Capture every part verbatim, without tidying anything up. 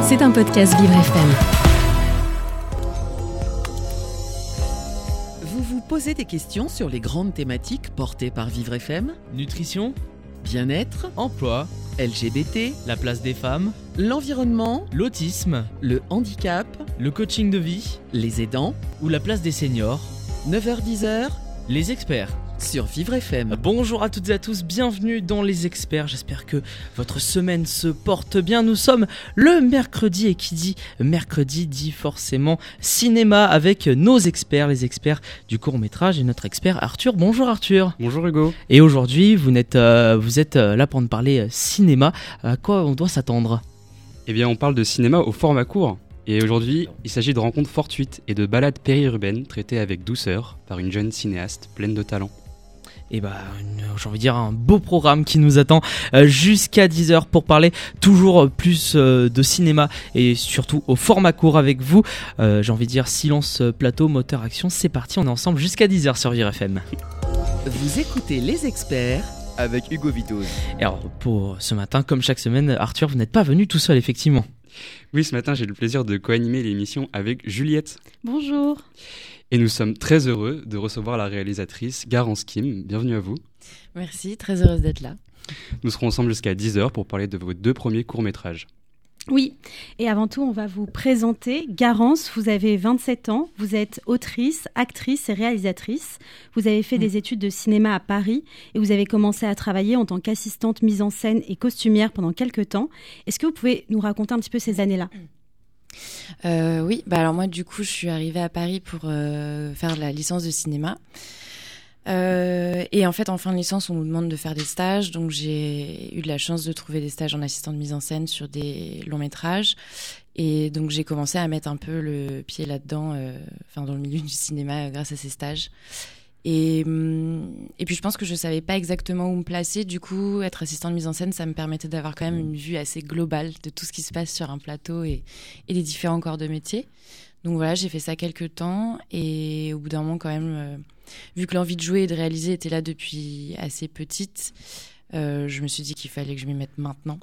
C'est un podcast Vivre F M. Vous vous posez des questions sur les grandes thématiques portées par Vivre F M ? Nutrition, Bien-être, emploi, L G B T, la place des femmes, l'environnement, l'autisme, le handicap, le coaching de vie les aidants. ou la place des seniors, neuf heures dix heures les experts. sur Vivre F M. Bonjour à toutes et à tous, bienvenue dans les experts, j'espère que votre semaine se porte bien. Nous sommes le mercredi et qui dit mercredi dit forcément cinéma avec nos experts, les experts du court-métrage et notre expert Arthur. Bonjour Arthur. Bonjour Hugo. Et aujourd'hui vous êtes, euh, vous êtes euh, là pour nous parler euh, cinéma. À quoi on doit s'attendre ? Eh bien on parle de cinéma au format court. Et aujourd'hui, il s'agit de rencontres fortuites et de balades périurbaines traitées avec douceur par une jeune cinéaste pleine de talent. Et bah, une- j'ai envie de dire un beau programme qui nous attend euh, jusqu'à dix heures pour parler toujours plus euh, de cinéma et surtout au format court avec vous. Euh, j'ai envie de dire silence euh, plateau, moteur action, c'est parti, on est ensemble jusqu'à dix heures sur Vivre F M. Vous écoutez les experts avec Hugo Vitoz. Et alors pour ce matin, comme chaque semaine, Arthur, vous n'êtes pas venu tout seul effectivement. Oui, ce matin, j'ai le plaisir de co-animer l'émission avec Juliette. Bonjour. Et nous sommes très heureux de recevoir la réalisatrice Garance Kim. Bienvenue à vous. Merci, très heureuse d'être là. Nous serons ensemble jusqu'à dix heures pour parler de vos deux premiers courts-métrages. Oui, et avant tout, on va vous présenter Garance. Vous avez vingt-sept ans, vous êtes autrice, actrice et réalisatrice. Vous avez fait mmh. des études de cinéma à Paris et vous avez commencé à travailler en tant qu'assistante mise en scène et costumière pendant quelques temps. Est-ce que vous pouvez nous raconter un petit peu ces années-là ? Euh, oui, bah alors moi du coup je suis arrivée à Paris pour euh, faire la licence de cinéma. Euh, et en fait en fin de licence on nous demande de faire des stages, donc j'ai eu de la chance de trouver des stages en assistante mise en scène sur des longs métrages. Et donc j'ai commencé à mettre un peu le pied là-dedans, euh, enfin dans le milieu du cinéma euh, grâce à ces stages. Et, et puis je pense que je savais pas exactement où me placer. Du coup, être assistante de mise en scène, ça me permettait d'avoir quand même une vue assez globale de tout ce qui se passe sur un plateau et, et les différents corps de métier. Donc voilà, j'ai fait ça quelques temps et au bout d'un moment quand même, euh, vu que l'envie de jouer et de réaliser était là depuis assez petite, euh, je me suis dit qu'il fallait que je m'y mette maintenant.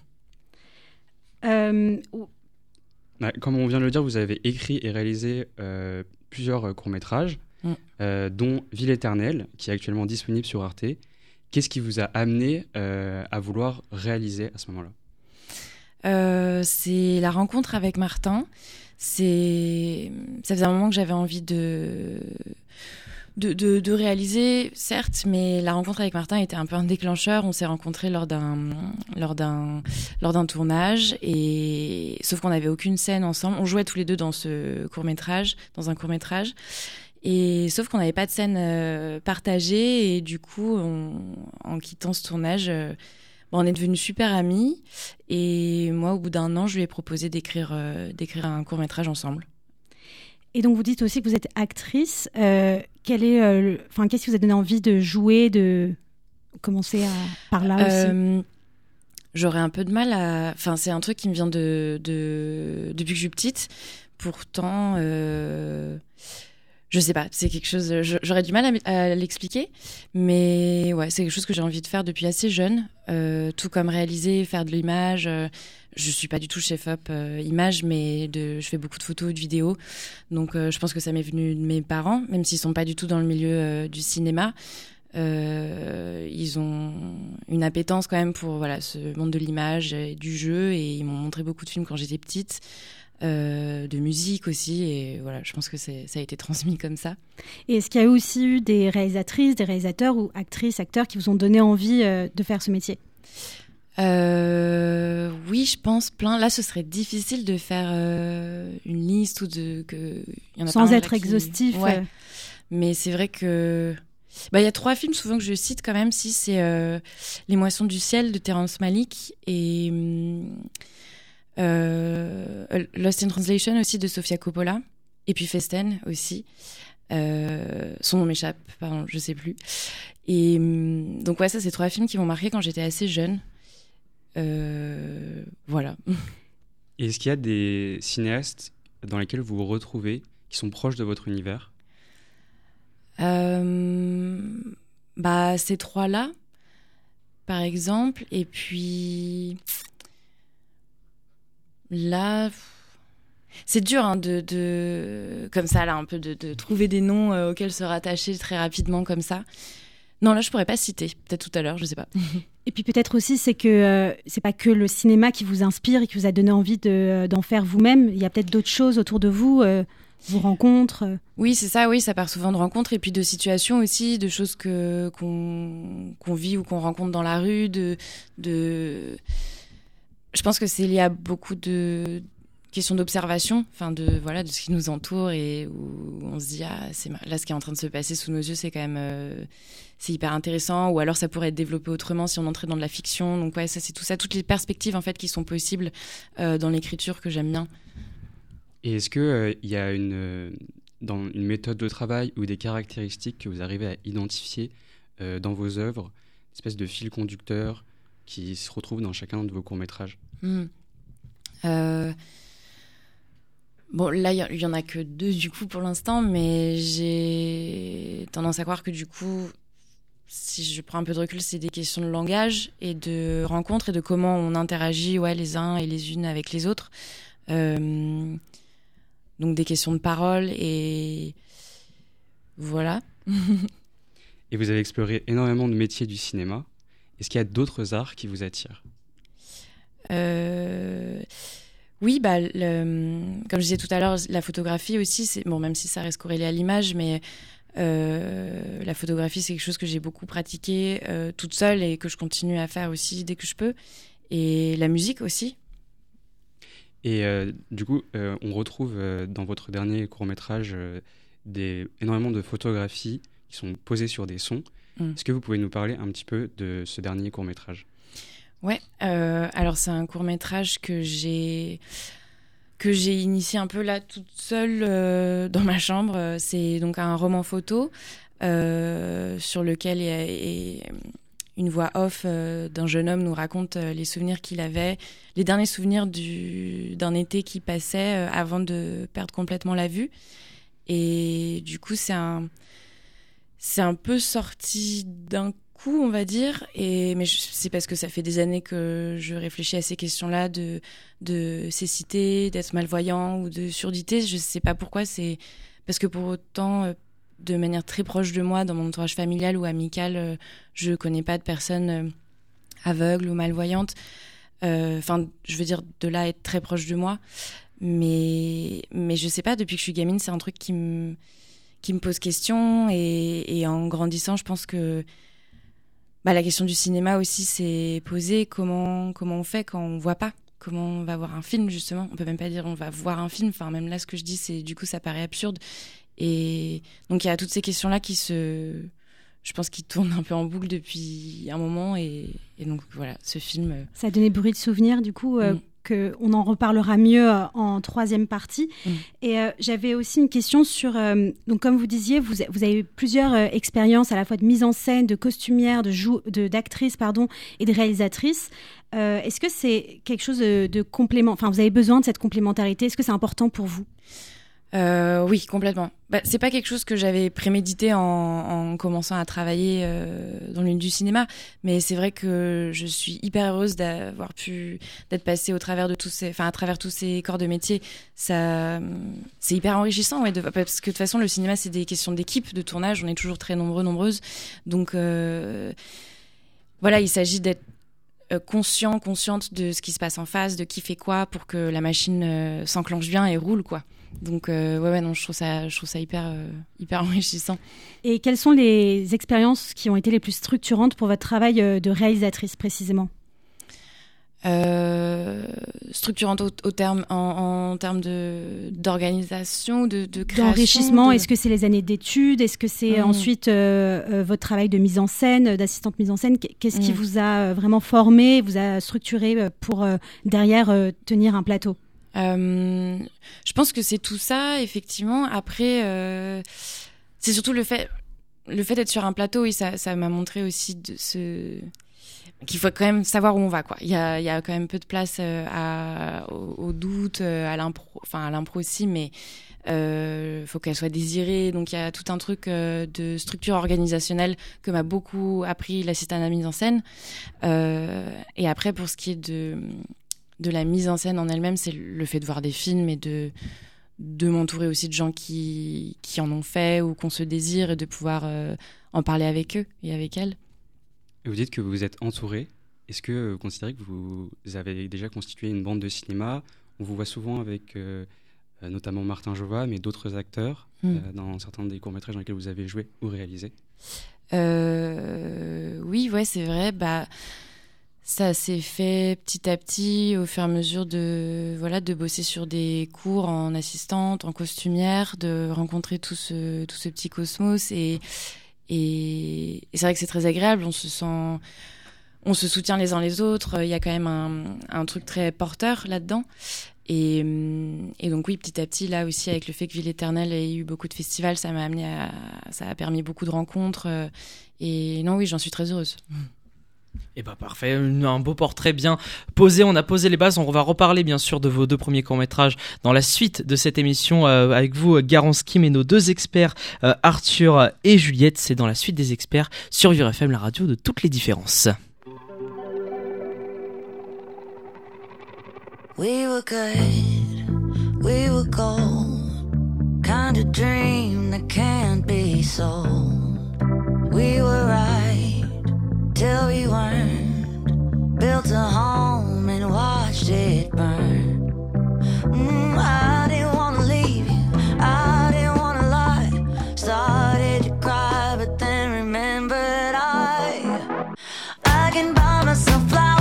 euh, Ouais, comme on vient de le dire, vous avez écrit et réalisé euh, plusieurs euh, courts-métrages, mm. euh, dont Ville éternelle, qui est actuellement disponible sur Arte. Qu'est-ce qui vous a amené euh, à vouloir réaliser à ce moment-là ? euh, C'est la rencontre avec Martin. C'est... Ça faisait un moment que j'avais envie de... De, de, de réaliser, certes, mais la rencontre avec Martin était un peu un déclencheur. On s'est rencontrés lors d'un, lors d'un, lors d'un tournage, et sauf qu'on n'avait aucune scène ensemble. On jouait tous les deux dans ce court-métrage, dans un court-métrage, et sauf qu'on n'avait pas de scène euh, partagée, et du coup, on, en quittant ce tournage, euh, bon, on est devenus super amis. Et moi, au bout d'un an, je lui ai proposé d'écrire, euh, d'écrire un court-métrage ensemble. Et donc vous dites aussi que vous êtes actrice. Euh, quel est, euh, le... enfin, qu'est-ce qui vous a donné envie de jouer, de commencer à... par là aussi euh, J'aurais un peu de mal à... Enfin, c'est un truc qui me vient de, de... depuis que je suis petite. Pourtant, euh... je sais pas, c'est quelque chose... J'aurais du mal à, à l'expliquer. Mais ouais, c'est quelque chose que j'ai envie de faire depuis assez jeune. Euh, tout comme réaliser, faire de l'image... Euh... Je suis pas du tout chef-op euh, image, mais de, je fais beaucoup de photos, de vidéos. Donc, euh, je pense que ça m'est venu de mes parents, même s'ils sont pas du tout dans le milieu euh, du cinéma. Euh, ils ont une appétence quand même pour voilà ce monde de l'image et du jeu, et ils m'ont montré beaucoup de films quand j'étais petite, euh, de musique aussi. Et voilà, je pense que c'est, ça a été transmis comme ça. Et est-ce qu'il y a aussi eu des réalisatrices, des réalisateurs ou actrices, acteurs qui vous ont donné envie euh, de faire ce métier ? Euh, oui, je pense plein. Là, ce serait difficile de faire euh, une liste ou de que y en a sans pas être qui... exhaustif. Ouais. Euh... Mais c'est vrai que bah il y a trois films souvent que je cite quand même. Si c'est euh, Les Moissons du ciel de Terrence Malick et euh, Lost in Translation aussi de Sofia Coppola, et puis Festen aussi. Euh, son nom m'échappe, pardon, je sais plus. Et donc ouais, ça c'est trois films qui m'ont marqué quand j'étais assez jeune. Euh, voilà. Et est-ce qu'il y a des cinéastes dans lesquels vous vous retrouvez, qui sont proches de votre univers ? euh, Bah, ces trois-là, par exemple. Et puis, Là, c'est dur hein, de, de, comme ça, là, un peu de, de trouver des noms euh, auxquels se rattacher très rapidement comme ça. Non, là, je pourrais pas citer. Peut-être tout à l'heure, je sais pas. Et puis peut-être aussi, c'est que euh, c'est pas que le cinéma qui vous inspire et qui vous a donné envie de, d'en faire vous-même. Il y a peut-être d'autres choses autour de vous, euh, vos rencontres. Euh. Oui, c'est ça. Oui, ça part souvent de rencontres et puis de situations aussi, de choses que qu'on, qu'on vit ou qu'on rencontre dans la rue. De, de... Je pense que c'est lié à beaucoup de questions d'observation, enfin de voilà, de ce qui nous entoure et où on se dit ah c'est là ce qui est en train de se passer sous nos yeux, c'est quand même euh, c'est hyper intéressant, ou alors ça pourrait être développé autrement si on entrait dans de la fiction. Donc ouais, ça c'est tout ça, toutes les perspectives en fait qui sont possibles euh, dans l'écriture que j'aime bien. Et est-ce que euh, il y a une euh, dans une méthode de travail ou des caractéristiques que vous arrivez à identifier euh, dans vos œuvres, une espèce de fil conducteur qui se retrouve dans chacun de vos courts-métrages? Mmh. Euh... Bon, là, il y en a que deux, du coup, pour l'instant, mais j'ai tendance à croire que, du coup, si je prends un peu de recul, c'est des questions de langage et de rencontre et de comment on interagit ouais, les uns et les unes avec les autres. Euh... Donc, des questions de parole et voilà. Et vous avez exploré énormément de métiers du cinéma. Est-ce qu'il y a d'autres arts qui vous attirent? euh... Oui, bah, le, comme je disais tout à l'heure, la photographie aussi, c'est, bon, même si ça reste corrélé à l'image, mais euh, la photographie, c'est quelque chose que j'ai beaucoup pratiqué euh, toute seule et que je continue à faire aussi dès que je peux. Et la musique aussi. Et euh, du coup, euh, on retrouve euh, dans votre dernier court-métrage euh, des, énormément de photographies qui sont posées sur des sons. Mm. Est-ce que vous pouvez nous parler un petit peu de ce dernier court-métrage ? Ouais, euh, alors c'est un court-métrage que j'ai que j'ai initié un peu là toute seule euh, dans ma chambre. C'est donc un roman photo euh, sur lequel il y a, et une voix off euh, d'un jeune homme nous raconte euh, les souvenirs qu'il avait, les derniers souvenirs du, d'un été qui passait euh, avant de perdre complètement la vue. Et du coup, c'est un, c'est un peu sorti d'un coup, on va dire, et mais je, c'est parce que ça fait des années que je réfléchis à ces questions-là de de cécité, d'être malvoyant ou de surdité. Je sais pas pourquoi, c'est parce que pour autant, de manière très proche de moi, dans mon entourage familial ou amical, je connais pas de personnes aveugles ou malvoyantes. Enfin, euh, je veux dire de là être très proche de moi, mais mais je sais pas. Depuis que je suis gamine, c'est un truc qui me qui me pose question, et, et en grandissant, je pense que bah, la question du cinéma aussi s'est posée. Comment, comment on fait quand on voit pas? Comment on va voir un film, justement? On peut même pas dire on va voir un film. Enfin, même là, ce que je dis, c'est du coup, ça paraît absurde. Et donc, il y a toutes ces questions-là qui se... Je pense qu'ils tournent un peu en boucle depuis un moment. Et, et donc, voilà, ce film... Ça a donné bruit de souvenirs, du coup, euh, mm. qu'on en reparlera mieux euh, en troisième partie. Mm. Et euh, j'avais aussi une question sur... Euh, donc, comme vous disiez, vous, vous avez eu plusieurs euh, expériences à la fois de mise en scène, de costumière, de jou- de, d'actrice, pardon, et de réalisatrice. Euh, est-ce que c'est quelque chose de, de complément... Enfin, vous avez besoin de cette complémentarité. Est-ce que c'est important pour vous ? Euh, oui, complètement. Bah, c'est pas quelque chose que j'avais prémédité en, en commençant à travailler euh, dans le milieu du cinéma, mais c'est vrai que je suis hyper heureuse d'avoir pu d'être passée au travers de tous ces, enfin à travers tous ces corps de métier. Ça, c'est hyper enrichissant, ouais, de, parce que de toute façon le cinéma c'est des questions d'équipe, de tournage. On est toujours très nombreux, nombreuses, donc euh, voilà, il s'agit d'être conscient, consciente de ce qui se passe en face, de qui fait quoi pour que la machine euh, s'enclenche bien et roule, quoi. Donc euh, ouais, ouais, non, je trouve ça, je trouve ça hyper, euh, hyper enrichissant. Et quelles sont les expériences qui ont été les plus structurantes pour votre travail de réalisatrice précisément ? Euh, structurante au, au terme, en, en termes de d'organisation, de, de création, d'enrichissement. de... Est-ce que c'est les années d'études ? Est-ce que c'est mmh. ensuite euh, euh, votre travail de mise en scène, d'assistante mise en scène ? Qu'est-ce mmh. qui vous a vraiment formé, vous a structuré pour euh, derrière euh, tenir un plateau ? Euh, je pense que c'est tout ça, effectivement. Après, euh, c'est surtout le fait, le fait d'être sur un plateau. Oui, ça, ça m'a montré aussi de ce... qu'il faut quand même savoir où on va, quoi. Il y a, il y a quand même peu de place euh, à, au, au doute, à l'impro, enfin à l'impro aussi, mais euh, faut qu'elle soit désirée. Donc il y a tout un truc euh, de structure organisationnelle que m'a beaucoup appris l'assistante à la mise en scène. Euh, et après, pour ce qui est de de la mise en scène en elle-même, c'est le fait de voir des films et de, de m'entourer aussi de gens qui, qui en ont fait ou qu'on se désire et de pouvoir euh, en parler avec eux et avec elles. Et vous dites que vous vous êtes entouré. Est-ce que vous considérez que vous avez déjà constitué une bande de cinéma ? On vous voit souvent avec euh, notamment Martin Jova, mais d'autres acteurs mmh. euh, dans certains des courts-métrages dans lesquels vous avez joué ou réalisé. Euh, oui, ouais, c'est vrai. Bah, ça s'est fait petit à petit au fur et à mesure de, voilà, de bosser sur des cours en assistante, en costumière, de rencontrer tout ce, tout ce petit cosmos. Et, et, et c'est vrai que c'est très agréable. On se sent, on se soutient les uns les autres. Il y a quand même un, un truc très porteur là-dedans. Et, et donc oui, petit à petit, là aussi, avec le fait que Ville Éternelle ait eu beaucoup de festivals, ça m'a amené à, ça a permis beaucoup de rencontres. Et non, oui, j'en suis très heureuse. Et bah parfait, un beau portrait bien posé, on a posé les bases, on va reparler bien sûr de vos deux premiers courts-métrages dans la suite de cette émission euh, avec vous Garance Kim et nos deux experts euh, Arthur et Juliette, c'est dans la suite des experts sur Vivre F M, la radio de toutes les différences. We were good, we were gold, kind of dream that can't be sold. We were right till we weren't, built a home and watched it burn. Mm, I didn't want to leave you, I didn't want to lie, started to cry but then remembered I, I can buy myself flowers.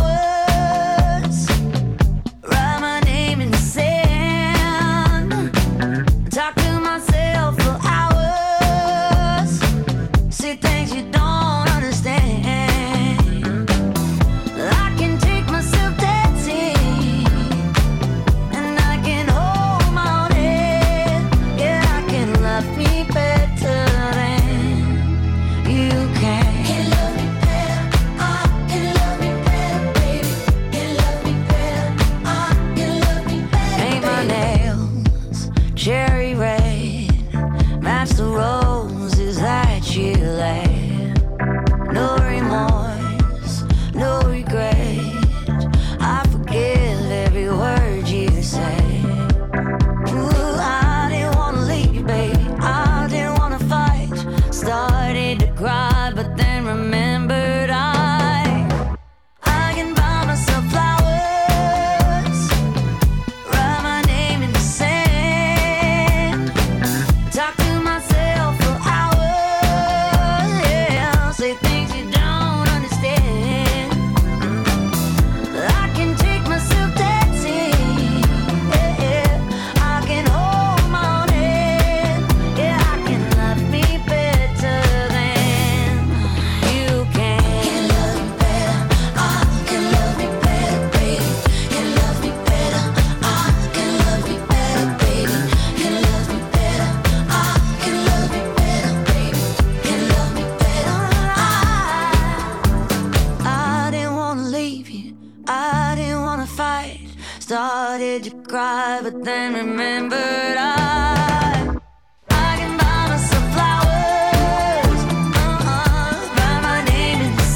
Started to cry, but then remembered I, I can buy myself flowers, uh-uh, write my name in the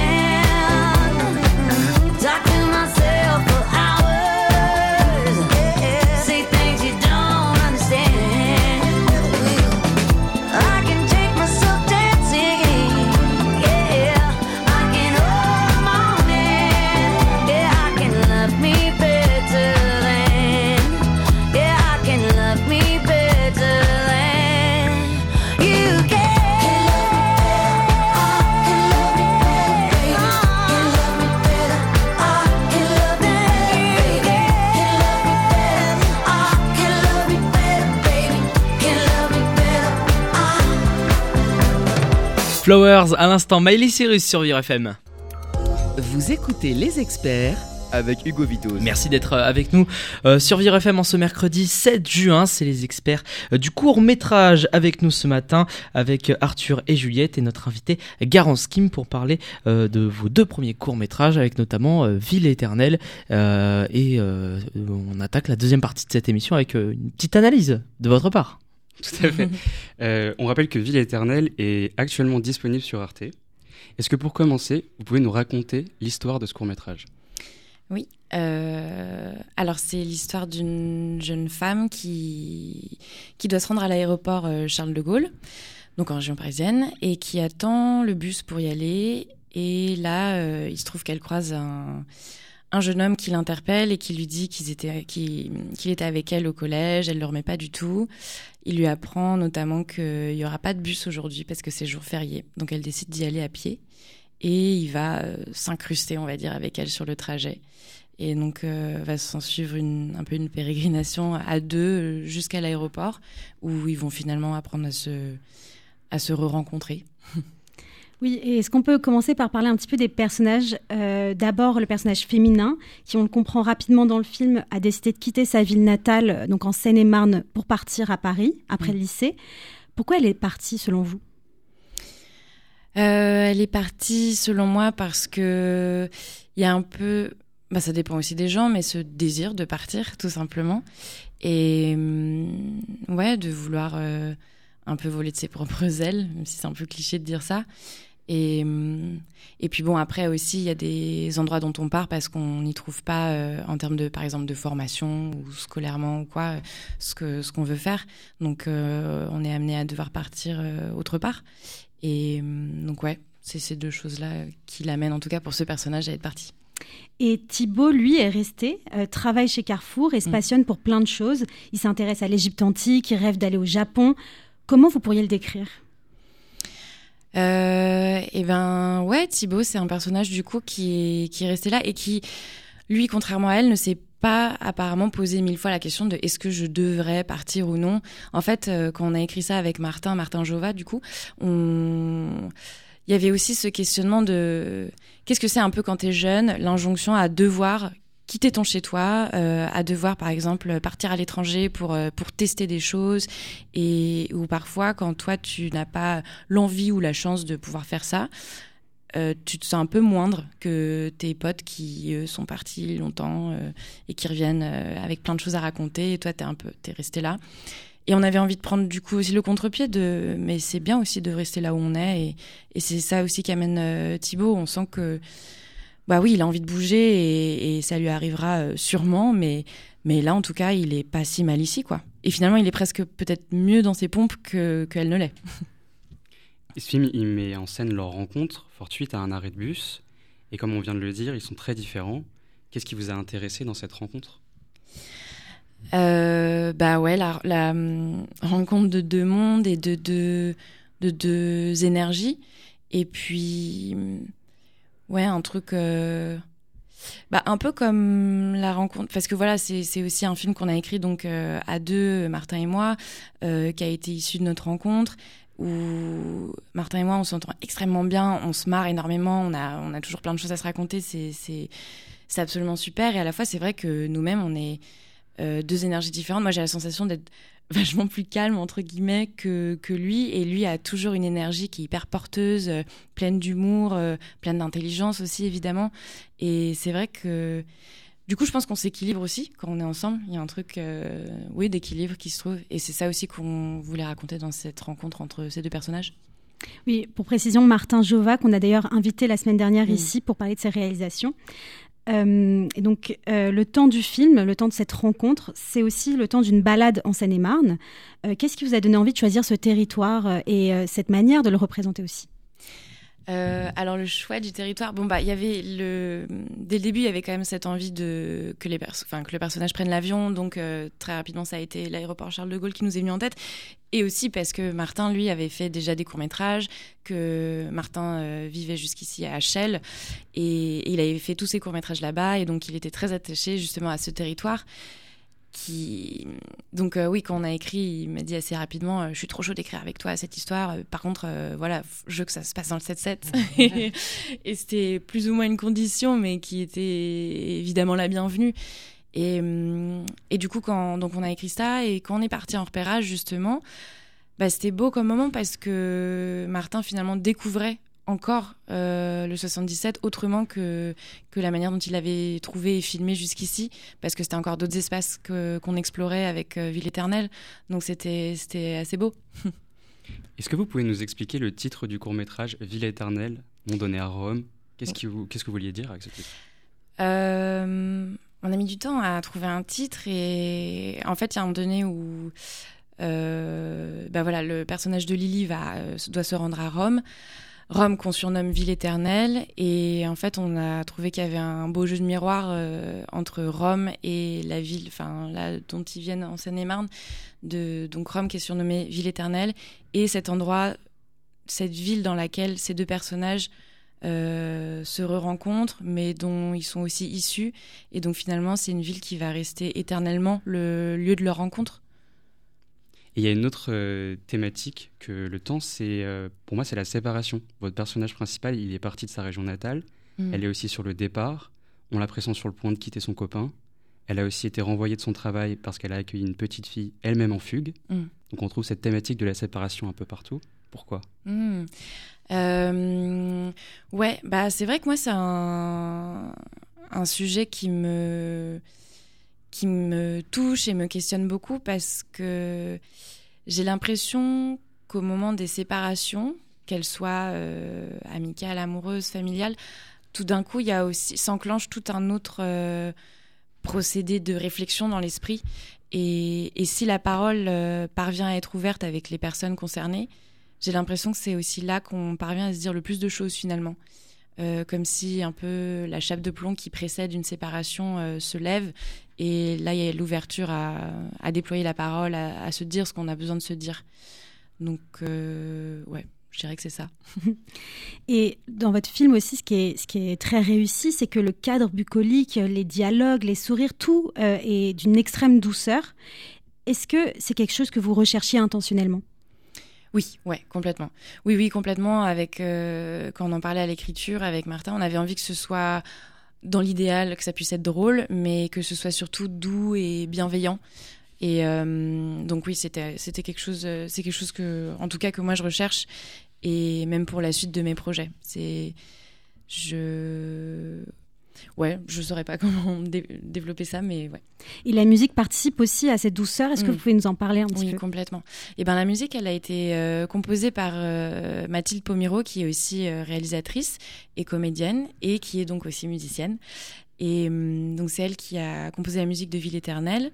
sand, talk to myself for hours, yeah, say things you don't understand. I can take myself dancing, yeah, I can hold my own hand, yeah, I can love me better. Flowers, à l'instant, Miley Cyrus sur Vivre F M. Vous écoutez Les Experts avec Hugo Vitoz. Merci d'être avec nous euh, sur Vivre F M en ce mercredi sept juin. C'est les experts euh, du court-métrage avec nous ce matin, avec Arthur et Juliette et notre invité Garance Kim pour parler euh, de vos deux premiers courts-métrages, avec notamment euh, Ville Éternelle. Euh, et euh, on attaque la deuxième partie de cette émission avec euh, une petite analyse de votre part. Tout à fait. euh, on rappelle que Ville Éternelle est actuellement disponible sur Arte. Est-ce que pour commencer, vous pouvez nous raconter l'histoire de ce court-métrage ? Oui, Euh, alors, c'est l'histoire d'une jeune femme qui, qui doit se rendre à l'aéroport euh, Charles de Gaulle, donc en région parisienne, et qui attend le bus pour y aller. Et là, euh, il se trouve qu'elle croise un, un jeune homme qui l'interpelle et qui lui dit qu'ils étaient, qu'il, qu'il était avec elle au collège. Elle ne le remet pas du tout. Il lui apprend notamment qu'il n'y aura pas de bus aujourd'hui parce que c'est jour férié. Donc, elle décide d'y aller à pied. Et il va euh, s'incruster, on va dire, avec elle sur le trajet. Et donc, euh, va s'en suivre une, un peu une pérégrination à deux euh, jusqu'à l'aéroport où ils vont finalement apprendre à se, à se re-rencontrer. Oui, et est-ce qu'on peut commencer par parler un petit peu des personnages euh, D'abord, le personnage féminin, qui, on le comprend rapidement dans le film, a décidé de quitter sa ville natale, donc en Seine-et-Marne, pour partir à Paris, après mmh. le lycée. Pourquoi elle est partie, selon vous ? euh, Elle est partie, selon moi, parce que il y a un peu... Bah, ça dépend aussi des gens, mais ce désir de partir, tout simplement. Et ouais, de vouloir euh, un peu voler de ses propres ailes, même si c'est un peu cliché de dire ça. Et, et puis bon, après aussi, il y a des endroits dont on part parce qu'on n'y trouve pas, euh, en termes de, par exemple, de formation ou scolairement ou quoi, ce que ce qu'on veut faire. Donc, euh, on est amené à devoir partir euh, autre part. Et donc, ouais, c'est ces deux choses-là qui l'amènent, en tout cas pour ce personnage, à être parti. Et Thibaut, lui, est resté, euh, travaille chez Carrefour et se passionne mmh. pour plein de choses. Il s'intéresse à l'Égypte antique, il rêve d'aller au Japon. Comment vous pourriez le décrire ? Euh, et ben ouais, Thibaut, c'est un personnage du coup qui est, qui est resté là et qui, lui, contrairement à elle, ne s'est pas apparemment posé mille fois la question de est-ce que je devrais partir ou non. En fait, euh, quand on a écrit ça avec Martin, Martin Jova, du coup, on... il y avait aussi ce questionnement de qu'est-ce que c'est un peu quand t'es jeune, l'injonction à devoir quitter ton chez-toi, euh, à devoir par exemple partir à l'étranger pour euh, pour tester des choses, et ou parfois quand toi tu n'as pas l'envie ou la chance de pouvoir faire ça, euh, tu te sens un peu moindre que tes potes qui eux, sont partis longtemps euh, et qui reviennent euh, avec plein de choses à raconter, et toi t'es un peu t'es resté là. Et on avait envie de prendre du coup aussi le contre-pied de mais c'est bien aussi de rester là où on est, et et c'est ça aussi qu'amène euh, Thibaut. On sent que bah oui, il a envie de bouger et, et ça lui arrivera euh, sûrement, mais, mais là, en tout cas, il est pas si mal ici, quoi. Et finalement, il est presque peut-être mieux dans ses pompes que, qu'elle ne l'est. Et ce film, il met en scène leur rencontre fortuite à un arrêt de bus. Et comme on vient de le dire, ils sont très différents. Qu'est-ce qui vous a intéressé dans cette rencontre ? euh, Bah ouais, la, la hum, rencontre de deux mondes et de deux de, de deux énergies. Et puis... Hum, ouais, un truc euh... bah un peu comme la rencontre, parce que voilà, c'est c'est aussi un film qu'on a écrit donc euh, à deux, Martin et moi, euh, qui a été issu de notre rencontre, où Martin et moi on s'entend extrêmement bien, on se marre énormément, on a on a toujours plein de choses à se raconter, c'est c'est c'est absolument super. Et à la fois c'est vrai que nous-mêmes on est euh, deux énergies différentes. Moi j'ai la sensation d'être vachement plus calme entre guillemets que que lui, et lui a toujours une énergie qui est hyper porteuse, euh, pleine d'humour, euh, pleine d'intelligence aussi évidemment. Et c'est vrai que du coup je pense qu'on s'équilibre aussi quand on est ensemble. Il y a un truc euh, oui d'équilibre qui se trouve, et c'est ça aussi qu'on voulait raconter dans cette rencontre entre ces deux personnages. Oui, pour précision, Martin Jova, qu'on a d'ailleurs invité la semaine dernière mmh. ici pour parler de ses réalisations. Euh, et donc, euh, le temps du film, le temps de cette rencontre, c'est aussi le temps d'une balade en Seine-et-Marne. Euh, qu'est-ce qui vous a donné envie de choisir ce territoire euh, et euh, cette manière de le représenter aussi ? Euh, alors le choix du territoire, bon bah il y avait le dès le début il y avait quand même cette envie de que les pers- enfin que le personnage prenne l'avion, donc euh, très rapidement ça a été l'aéroport Charles de Gaulle qui nous est venu en tête, et aussi parce que Martin lui avait fait déjà des courts-métrages, que Martin euh, vivait jusqu'ici à Chelles, et, et il avait fait tous ses courts-métrages là-bas, et donc il était très attaché justement à ce territoire. Qui... Donc euh, oui, quand on a écrit, il m'a dit assez rapidement euh, je suis trop chaud d'écrire avec toi cette histoire, euh, par contre euh, voilà, je veux que ça se passe dans le sept sept. et, et c'était plus ou moins une condition, mais qui était évidemment la bienvenue. Et, et du coup quand donc on a écrit ça, et quand on est parti en repérage justement, bah, c'était beau comme moment parce que Martin finalement découvrait encore euh, le soixante-dix-sept autrement que, que la manière dont il l'avait trouvé et filmé jusqu'ici, parce que c'était encore d'autres espaces que, qu'on explorait avec euh, Ville éternelle, donc c'était, c'était assez beau. Est-ce que vous pouvez nous expliquer le titre du court-métrage Ville éternelle, Nom donné à Rome ? Qu'est-ce, qui vous, qu'est-ce que vous vouliez dire avec ce titre ? Euh, on a mis du temps à trouver un titre et en fait, il y a un moment donné où euh, bah voilà, le personnage de Lily va, euh, doit se rendre à Rome. Rome qu'on surnomme Ville éternelle et en fait on a trouvé qu'il y avait un beau jeu de miroir euh, entre Rome et la ville, enfin là dont ils viennent en Seine-et-Marne, de donc Rome qui est surnommée Ville éternelle et cet endroit, cette ville dans laquelle ces deux personnages euh, se re-rencontrent mais dont ils sont aussi issus et donc finalement c'est une ville qui va rester éternellement le lieu de leur rencontre. Et il y a une autre euh, thématique que le temps, c'est, euh, pour moi, c'est la séparation. Votre personnage principal, il est parti de sa région natale. Mmh. Elle est aussi sur le départ. On la pressent sur le point de quitter son copain. Elle a aussi été renvoyée de son travail parce qu'elle a accueilli une petite fille, elle-même en fugue. Mmh. Donc on trouve cette thématique de la séparation un peu partout. Pourquoi ? mmh. euh, Ouais, bah c'est vrai que moi, c'est un, un sujet qui me... qui me touche et me questionne beaucoup parce que j'ai l'impression qu'au moment des séparations, qu'elles soient euh, amicales, amoureuses, familiales, tout d'un coup, il y a aussi s'enclenche tout un autre euh, procédé de réflexion dans l'esprit. Et, et si la parole euh, parvient à être ouverte avec les personnes concernées, j'ai l'impression que c'est aussi là qu'on parvient à se dire le plus de choses finalement. Euh, comme si un peu la chape de plomb qui précède une séparation euh, se lève et là il y a l'ouverture à, à déployer la parole, à, à se dire ce qu'on a besoin de se dire. Donc euh, ouais, je dirais que c'est ça. Et dans votre film aussi, ce qui est, ce qui est très réussi, c'est que le cadre bucolique, les dialogues, les sourires, tout euh, est d'une extrême douceur. Est-ce que c'est quelque chose que vous recherchiez intentionnellement ? Oui, ouais, complètement. Oui, oui, complètement. Avec euh, quand on en parlait à l'écriture avec Martin, on avait envie que ce soit dans l'idéal, que ça puisse être drôle, mais que ce soit surtout doux et bienveillant. Et euh, donc oui, c'était c'était quelque chose, c'est quelque chose que, en tout cas, que moi je recherche, et même pour la suite de mes projets. C'est je Ouais, je saurais pas comment dé- développer ça, mais ouais. Et la musique participe aussi à cette douceur. Est-ce que mmh. vous pouvez nous en parler un petit oui, peu ? Oui, complètement. Et ben la musique, elle a été euh, composée par euh, Mathilde Pomiro, qui est aussi euh, réalisatrice et comédienne, et qui est donc aussi musicienne. Et hum, donc c'est elle qui a composé la musique de Ville éternelle.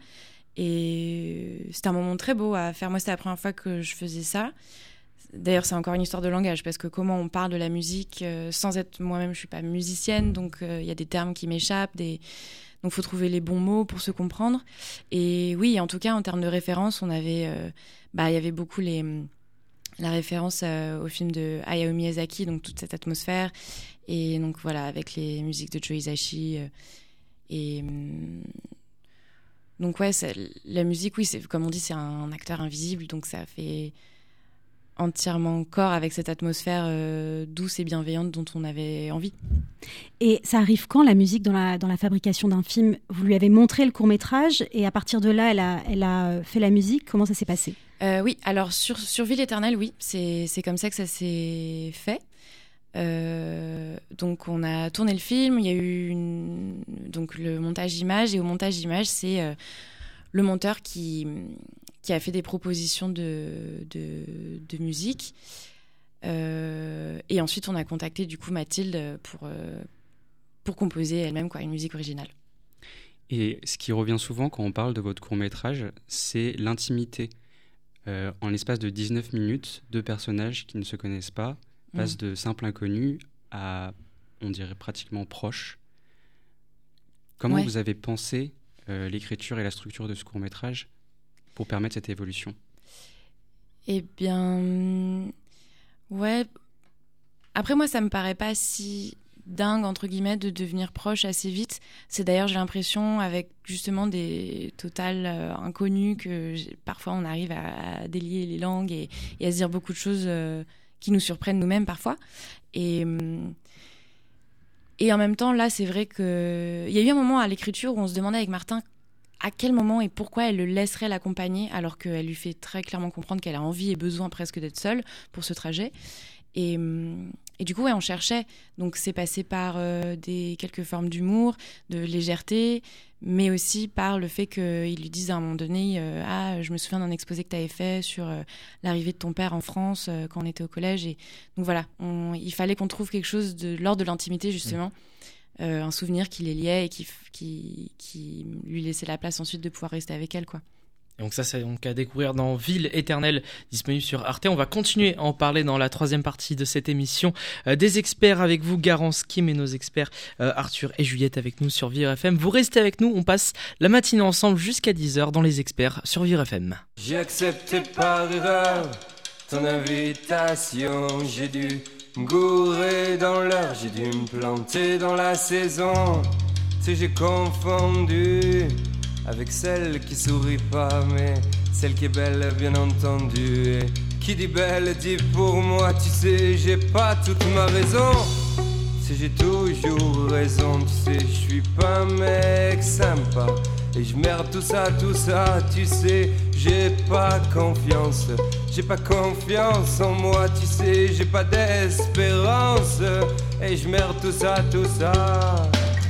Et c'était un moment très beau à faire. Moi, c'était la première fois que je faisais ça. D'ailleurs, c'est encore une histoire de langage, parce que comment on parle de la musique euh, sans être... Moi-même, je suis pas musicienne, donc il euh, y a des termes qui m'échappent, des... donc il faut trouver les bons mots pour se comprendre. Et oui, en tout cas, en termes de référence, on avait... Euh, bah, il y avait beaucoup les... la référence euh, au film de Hayao Miyazaki, donc toute cette atmosphère. Et donc voilà, avec les musiques de Joe Hisaishi. Euh, et... Hum, donc ouais, c'est... la musique, oui, c'est, comme on dit, c'est un acteur invisible, donc ça fait... entièrement corps avec cette atmosphère euh, douce et bienveillante dont on avait envie. Et ça arrive quand, la musique, dans la, dans la fabrication d'un film ? Vous lui avez montré le court-métrage et à partir de là, elle a, elle a fait la musique. Comment ça s'est passé ? euh, Oui, alors sur, sur Ville éternelle, oui, c'est, c'est comme ça que ça s'est fait. Euh, donc on a tourné le film, il y a eu une, donc le montage image, et au montage image, c'est euh, le monteur qui... qui a fait des propositions de, de, de musique. Euh, et ensuite, on a contacté du coup Mathilde pour, euh, pour composer elle-même quoi, une musique originale. Et ce qui revient souvent quand on parle de votre court-métrage, c'est l'intimité. Euh, en l'espace de dix-neuf minutes, deux personnages qui ne se connaissent pas passent mmh. de simples inconnus à, on dirait, pratiquement proches. Comment ouais. vous avez pensé euh, l'écriture et la structure de ce court-métrage pour permettre cette évolution ? Eh bien, ouais. Après, moi, ça me paraît pas si dingue, entre guillemets, de devenir proche assez vite. C'est d'ailleurs, j'ai l'impression, avec justement des totales euh, inconnus, que parfois on arrive à, à délier les langues et, et à se dire beaucoup de choses euh, qui nous surprennent nous-mêmes parfois. Et... Hum, et en même temps, là, c'est vrai qu'il y a eu un moment à l'écriture où on se demandait avec Martin à quel moment et pourquoi elle le laisserait l'accompagner, alors qu'elle lui fait très clairement comprendre qu'elle a envie et besoin presque d'être seule pour ce trajet. Et, et du coup, ouais, on cherchait. Donc, c'est passé par euh, des, quelques formes d'humour, de légèreté, mais aussi par le fait qu'ils lui disent à un moment donné euh, « Ah, je me souviens d'un exposé que tu avais fait sur euh, l'arrivée de ton père en France euh, quand on était au collège. » Et donc voilà, on, il fallait qu'on trouve quelque chose de l'ordre de l'intimité, justement. Mmh. euh, un souvenir qui les liait et qui, qui, qui lui laissait la place ensuite de pouvoir rester avec elle, quoi. Donc ça, c'est donc à découvrir dans Ville éternelle, disponible sur Arte. On va continuer à en parler dans la troisième partie de cette émission. Euh, des experts avec vous, Garance, Kim et nos experts euh, Arthur et Juliette avec nous sur Vivre F M. Vous restez avec nous, on passe la matinée ensemble jusqu'à dix heures dans les experts sur Vivre F M. J'ai accepté par erreur ton invitation, j'ai dû me gourer dans l'heure, j'ai dû me planter dans la saison. Tu sais, j'ai confondu avec celle qui sourit pas, mais celle qui est belle, bien entendu. Et qui dit belle dit pour moi, tu sais, j'ai pas toute ma raison. Tu sais, j'ai toujours raison, tu sais, je suis pas un mec sympa. Et je merde tout ça, tout ça, tu sais, j'ai pas confiance. J'ai pas confiance en moi, tu sais, j'ai pas d'espérance. Et je merde tout ça, tout ça.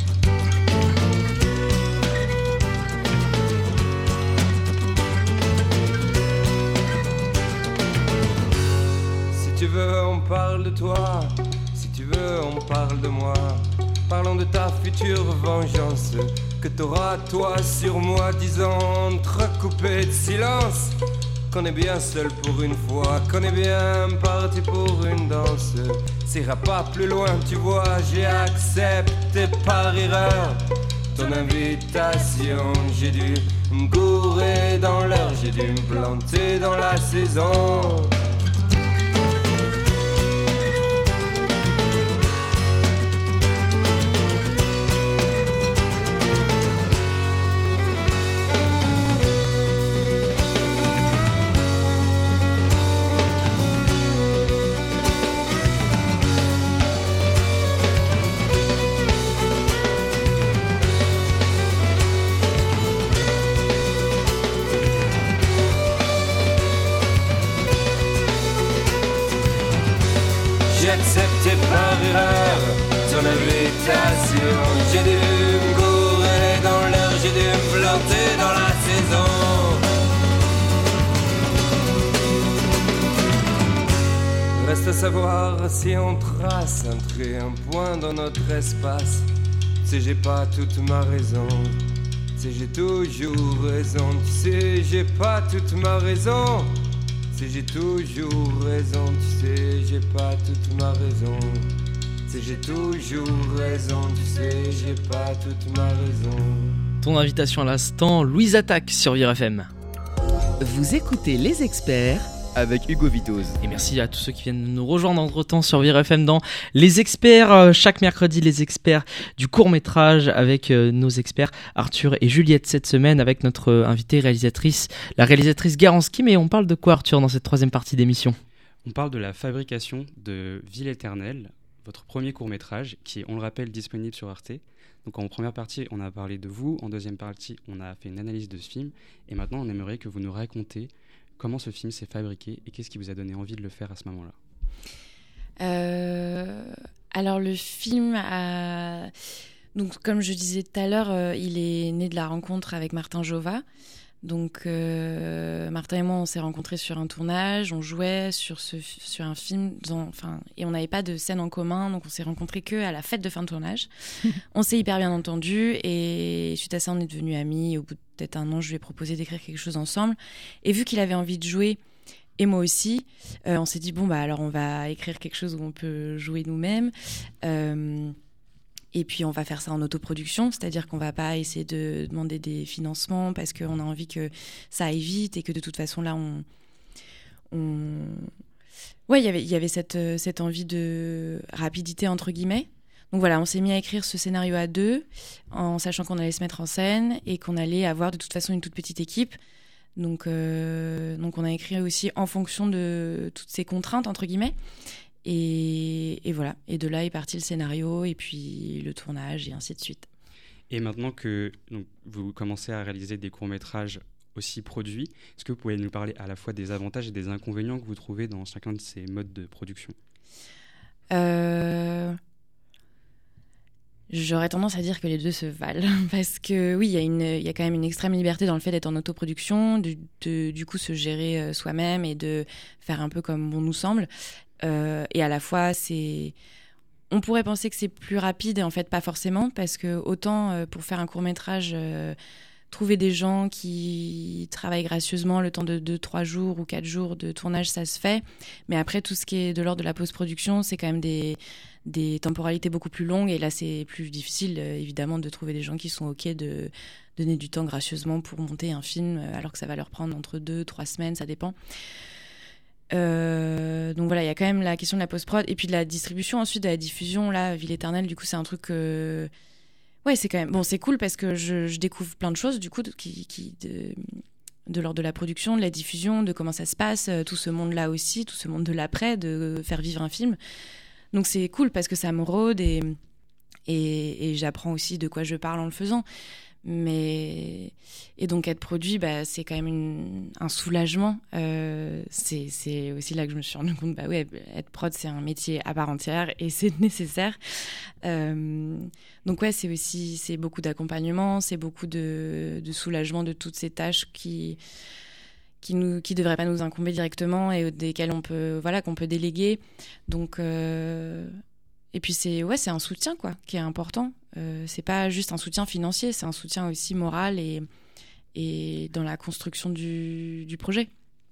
Si tu veux, on parle de toi. Si tu veux, on parle de moi. Parlons de ta future vengeance que t'auras toi sur moi, disant entrecoupé de silence qu'on est bien seul pour une fois, qu'on est bien parti pour une danse. Ça ira pas plus loin, tu vois, j'ai accepté par erreur ton invitation. J'ai dû me gourer dans l'heure, j'ai dû me planter dans la saison. Accepté par erreur ton invitation. J'ai dû me gourer dans l'heure, j'ai dû me planter dans la saison. Reste à savoir si on trace un trait, un point dans notre espace. Tu sais, j'ai pas toute ma raison. Tu sais, j'ai toujours raison. Tu sais, j'ai pas toute ma raison. J'ai toujours raison, tu sais, j'ai pas toute ma raison. Tu sais, j'ai toujours raison, tu sais, j'ai pas toute ma raison. Ton invitation à l'instant, Louise Attaque sur Vivre F M. Vous écoutez Les Experts avec Hugo Vitoz. Et merci à tous ceux qui viennent nous rejoindre entre-temps sur Vivre F M dans Les Experts. Euh, chaque mercredi, les experts du court-métrage avec euh, nos experts Arthur et Juliette cette semaine avec notre euh, invitée réalisatrice, la réalisatrice Garance Kim. Et on parle de quoi, Arthur, dans cette troisième partie d'émission ? On parle de la fabrication de Ville éternelle, votre premier court-métrage qui est, on le rappelle, disponible sur Arte. Donc en première partie, on a parlé de vous. En deuxième partie, on a fait une analyse de ce film. Et maintenant, on aimerait que vous nous racontiez comment ce film s'est fabriqué et qu'est-ce qui vous a donné envie de le faire à ce moment-là ? euh, Alors le film, a... donc, comme je disais tout à l'heure, euh, il est né de la rencontre avec Martin Jova. Donc euh, Martin et moi, on s'est rencontrés sur un tournage, on jouait sur, ce, sur un film, dans, enfin, et on n'avait pas de scène en commun, donc on s'est rencontrés qu'à la fête de fin de tournage. On s'est hyper bien entendus et suite à ça, on est devenus amis. Au bout de peut-être un an, je lui ai proposé d'écrire quelque chose ensemble. Et vu qu'il avait envie de jouer, et moi aussi, euh, on s'est dit, bon, bah alors on va écrire quelque chose où on peut jouer nous-mêmes. Euh, Et puis, on va faire ça en autoproduction, c'est-à-dire qu'on ne va pas essayer de demander des financements parce qu'on a envie que ça aille vite et que de toute façon, là, on... on... Ouais, y avait, il y avait cette, cette envie de rapidité, entre guillemets. Donc voilà, on s'est mis à écrire ce scénario à deux, en sachant qu'on allait se mettre en scène et qu'on allait avoir de toute façon une toute petite équipe. Donc, euh... Donc on a écrit aussi en fonction de toutes ces contraintes, entre guillemets. Et, et voilà, et de là est parti le scénario et puis le tournage et ainsi de suite. Et maintenant que donc, vous commencez à réaliser des courts-métrages aussi produits, est-ce que vous pouvez nous parler à la fois des avantages et des inconvénients que vous trouvez dans chacun de ces modes de production ? euh... J'aurais tendance à dire que les deux se valent parce que oui, il y a une, il y a quand même une extrême liberté dans le fait d'être en autoproduction, de, de du coup se gérer soi-même et de faire un peu comme bon nous semble. Euh, et à la fois, c'est, on pourrait penser que c'est plus rapide et en fait pas forcément, parce que autant euh, pour faire un court-métrage, euh, trouver des gens qui travaillent gracieusement le temps de deux trois jours ou quatre jours de tournage, ça se fait. Mais après, tout ce qui est de l'ordre de la post-production, c'est quand même des, des temporalités beaucoup plus longues. Et là, c'est plus difficile, euh, évidemment, de trouver des gens qui sont OK de donner du temps gracieusement pour monter un film, euh, alors que ça va leur prendre entre deux, trois semaines, ça dépend. Euh, donc voilà, il y a quand même la question de la post-prod et puis de la distribution, ensuite de la diffusion. Là, Ville éternelle, du coup, c'est un truc... Euh... Ouais, c'est quand même... Bon, c'est cool parce que je, je découvre plein de choses, du coup, de, qui, qui, de, de l'ordre de la production, de la diffusion, de comment ça se passe, euh, tout ce monde-là aussi, tout ce monde de l'après, de faire vivre un film. Donc c'est cool parce que ça me rôde et, et, et j'apprends aussi de quoi je parle en le faisant. Mais... Et donc être produit, bah, c'est quand même une... un soulagement. Euh, c'est, c'est aussi là que je me suis rendu compte, bah ouais, être prod, c'est un métier à part entière et c'est nécessaire. Euh, donc ouais, c'est aussi c'est beaucoup d'accompagnement, c'est beaucoup de, de soulagement de toutes ces tâches qui qui nous qui devraient pas nous incomber directement et desquelles on peut voilà qu'on peut déléguer. Donc euh... et puis c'est ouais, c'est un soutien quoi qui est important. Euh, c'est pas juste un soutien financier, c'est un soutien aussi moral et et dans la construction du, du projet.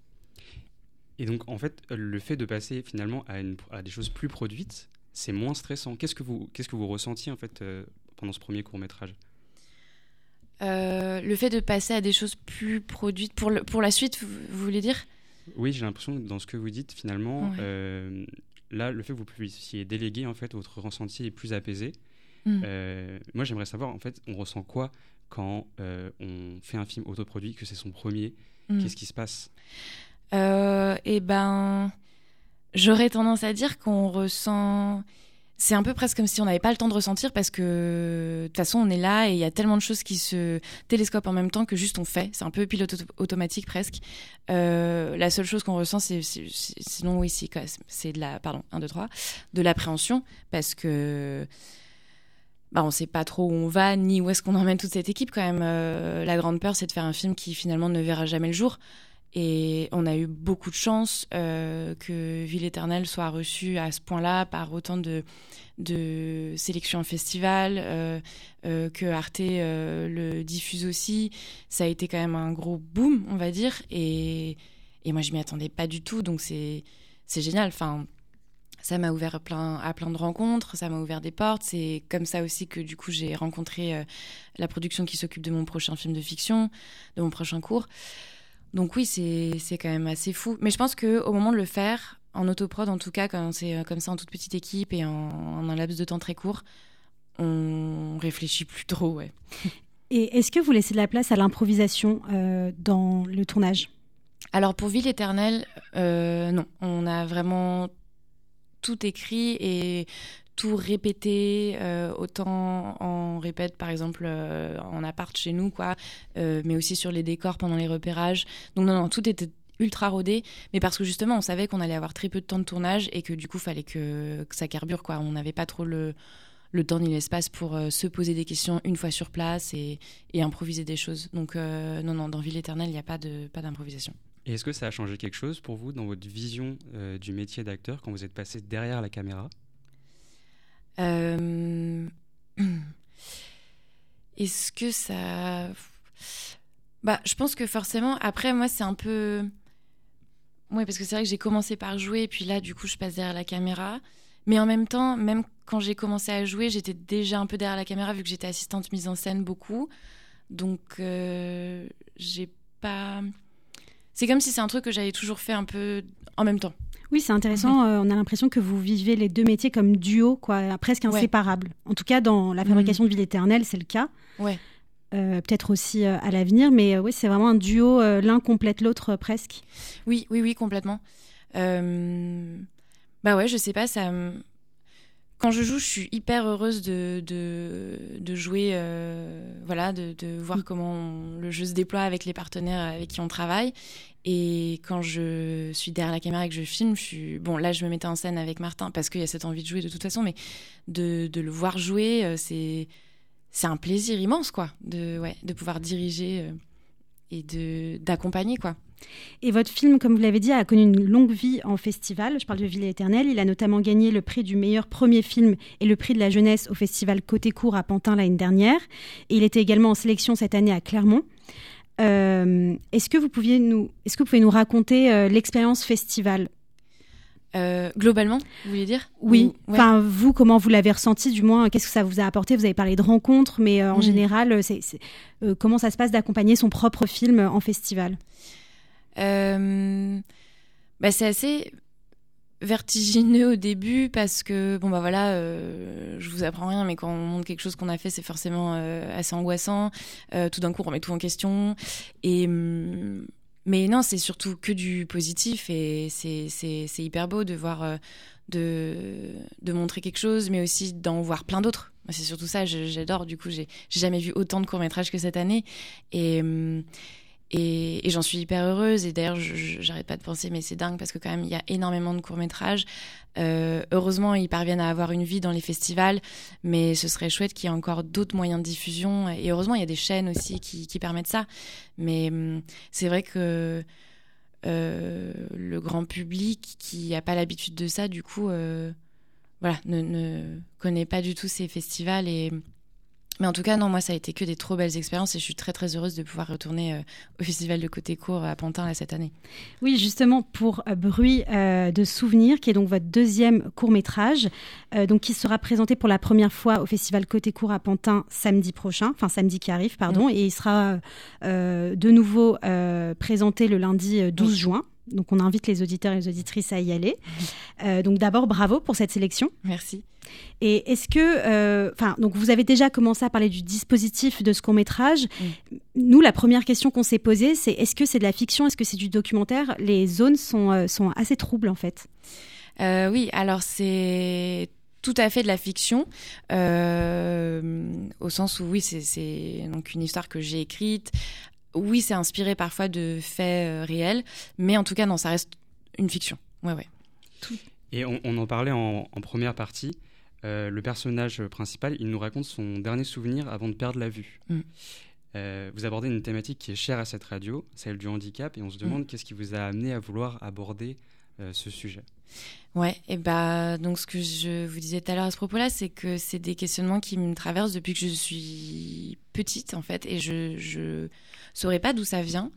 Et donc, en fait, le fait de passer finalement à, une, à des choses plus produites, c'est moins stressant. Qu'est-ce que vous, qu'est-ce que vous ressentiez en fait euh, pendant ce premier court-métrage ? euh, Le fait de passer à des choses plus produites, pour, le, pour la suite, vous, vous voulez dire ? Oui, j'ai l'impression que dans ce que vous dites, finalement, ouais. euh, là, le fait que vous puissiez déléguer, en fait, votre ressenti est plus apaisé. Mm. Euh, moi, j'aimerais savoir, en fait, on ressent quoi quand euh, on fait un film autoproduit, que c'est son premier, mm. qu'est-ce qui se passe ? euh, Eh ben, j'aurais tendance à dire qu'on ressent... C'est un peu presque comme si on n'avait pas le temps de ressentir parce que de toute façon, on est là et il y a tellement de choses qui se télescopent en même temps que juste on fait. C'est un peu pilote auto- automatique presque. Euh, la seule chose qu'on ressent, c'est, c'est, c'est sinon, oui, c'est, c'est de la... Pardon, un, deux, trois. De l'appréhension parce que... Bah, on sait pas trop où on va, ni où est-ce qu'on emmène toute cette équipe quand même. Euh, la grande peur, c'est de faire un film qui finalement ne verra jamais le jour. Et on a eu beaucoup de chance euh, que Ville éternelle soit reçue à ce point-là par autant de, de sélections en festival, euh, euh, que Arte euh, le diffuse aussi. Ça a été quand même un gros boom, on va dire. Et, et moi, je m'y attendais pas du tout, donc c'est, c'est génial. Enfin... Ça m'a ouvert plein, à plein de rencontres, ça m'a ouvert des portes. C'est comme ça aussi que du coup j'ai rencontré euh, la production qui s'occupe de mon prochain film de fiction, de mon prochain court. Donc oui, c'est, c'est quand même assez fou. Mais je pense qu'au moment de le faire, en autoprod en tout cas, quand c'est euh, comme ça en toute petite équipe et en, en un laps de temps très court, on réfléchit plus trop, ouais. Et est-ce que vous laissez de la place à l'improvisation euh, dans le tournage ? Alors pour Ville éternelle, euh, non. On a vraiment... tout écrit et tout répété, euh, autant on répète par exemple euh, en appart chez nous, quoi, euh, mais aussi sur les décors pendant les repérages. Donc non, non, tout était ultra rodé, mais parce que justement on savait qu'on allait avoir très peu de temps de tournage et que du coup fallait que, que ça carbure, quoi. On n'avait pas trop le, le temps ni l'espace pour euh, se poser des questions une fois sur place et, et improviser des choses. Donc euh, non, non, dans Ville éternelle, il n'y a pas, de, pas d'improvisation. Et est-ce que ça a changé quelque chose pour vous dans votre vision euh, du métier d'acteur quand vous êtes passé derrière la caméra ? euh... Est-ce que ça... Bah, je pense que forcément, après, moi, c'est un peu... Oui, parce que c'est vrai que j'ai commencé par jouer, et puis là, du coup, je passe derrière la caméra. Mais en même temps, même quand j'ai commencé à jouer, j'étais déjà un peu derrière la caméra, vu que j'étais assistante mise en scène beaucoup. Donc, euh, j'ai pas... C'est comme si c'est un truc que j'avais toujours fait un peu en même temps. Oui, c'est intéressant. Mmh. Euh, on a l'impression que vous vivez les deux métiers comme duo, quoi, presque inséparables. Ouais. En tout cas, dans la fabrication mmh. de Ville éternelle, c'est le cas. Ouais. Euh, peut-être aussi euh, à l'avenir, mais euh, oui, c'est vraiment un duo. Euh, l'un complète l'autre euh, presque. Oui, oui, oui, complètement. Euh... Bah ouais, je sais pas, ça. Quand je joue, je suis hyper heureuse de, de, de jouer, euh, voilà, de, de voir comment on, le jeu se déploie avec les partenaires avec qui on travaille. Et quand je suis derrière la caméra et que je filme, je suis... Bon, là, je me mettais en scène avec Martin parce qu'il y a cette envie de jouer de toute façon, mais de, de le voir jouer, c'est, c'est un plaisir immense, quoi, de, ouais, de pouvoir diriger et de, d'accompagner, quoi. Et votre film, comme vous l'avez dit, a connu une longue vie en festival. Je parle de Ville éternelle. Il a notamment gagné le prix du meilleur premier film et le prix de la jeunesse au festival Côté Court à Pantin l'année dernière. Et il était également en sélection cette année à Clermont. Euh, est-ce que vous pouviez nous, est-ce que vous pouvez nous raconter euh, l'expérience festival ? Euh, globalement, vous voulez dire ? Oui. Ou... Enfin, ouais. vous, comment vous l'avez ressenti, du moins, qu'est-ce que ça vous a apporté ? Vous avez parlé de rencontres, mais euh, en mmh. général, c'est, c'est, euh, comment ça se passe d'accompagner son propre film en festival ? euh, bah, C'est assez vertigineux au début parce que, bon, bah voilà, euh, je vous apprends rien, mais quand on montre quelque chose qu'on a fait, c'est forcément euh, assez angoissant. Euh, tout d'un coup, on remet tout en question. Et... Hum, Mais non, c'est surtout que du positif et c'est, c'est, c'est hyper beau de voir, euh, de, de montrer quelque chose, mais aussi d'en voir plein d'autres. C'est surtout ça, je, j'adore. Du coup, j'ai, j'ai jamais vu autant de courts-métrages que cette année. Et, et, et j'en suis hyper heureuse. Et d'ailleurs, je, je, j'arrête pas de penser, mais c'est dingue parce que quand même, il y a énormément de courts-métrages. Euh, heureusement, ils parviennent à avoir une vie dans les festivals, mais ce serait chouette qu'il y ait encore d'autres moyens de diffusion. Et heureusement, il y a des chaînes aussi qui, qui permettent ça. Mais hum, c'est vrai que euh, le grand public qui n'a pas l'habitude de ça, du coup, euh, voilà, ne, ne connaît pas du tout ces festivals. Et... Mais en tout cas, non, moi, ça a été que des trop belles expériences et je suis très, très heureuse de pouvoir retourner euh, au Festival de Côté Court à Pantin là, cette année. Oui, justement, pour euh, Bruit euh, de souvenirs, qui est donc votre deuxième court-métrage, euh, donc qui sera présenté pour la première fois au Festival Côté Court à Pantin samedi prochain, enfin samedi qui arrive, pardon, mmh. et il sera euh, de nouveau euh, présenté le lundi douze juin. Donc, on invite les auditeurs et les auditrices à y aller. Mmh. Euh, donc, d'abord, bravo pour cette sélection. Merci. Et est-ce que... Enfin, euh, donc, vous avez déjà commencé à parler du dispositif de ce court-métrage. Mmh. Nous, la première question qu'on s'est posée, c'est est-ce que c'est de la fiction ? Est-ce que c'est du documentaire ? Les zones sont, euh, sont assez troubles, en fait. Euh, oui, alors c'est... tout à fait de la fiction, euh, au sens où, oui, c'est, c'est donc une histoire que j'ai écrite. Oui, c'est inspiré parfois de faits euh, réels, mais en tout cas, non, ça reste une fiction. Ouais, ouais. Tout. Et on, on en parlait en, en première partie. Euh, le personnage principal, il nous raconte son dernier souvenir avant de perdre la vue. Mm. Euh, vous abordez une thématique qui est chère à cette radio, celle du handicap, et on se demande mm. qu'est-ce qui vous a amené à vouloir aborder euh, ce sujet. Ouais, et bah donc ce que je vous disais tout à l'heure à ce propos-là, c'est que c'est des questionnements qui me traversent depuis que je suis petite en fait, et je je saurais pas d'où ça vient.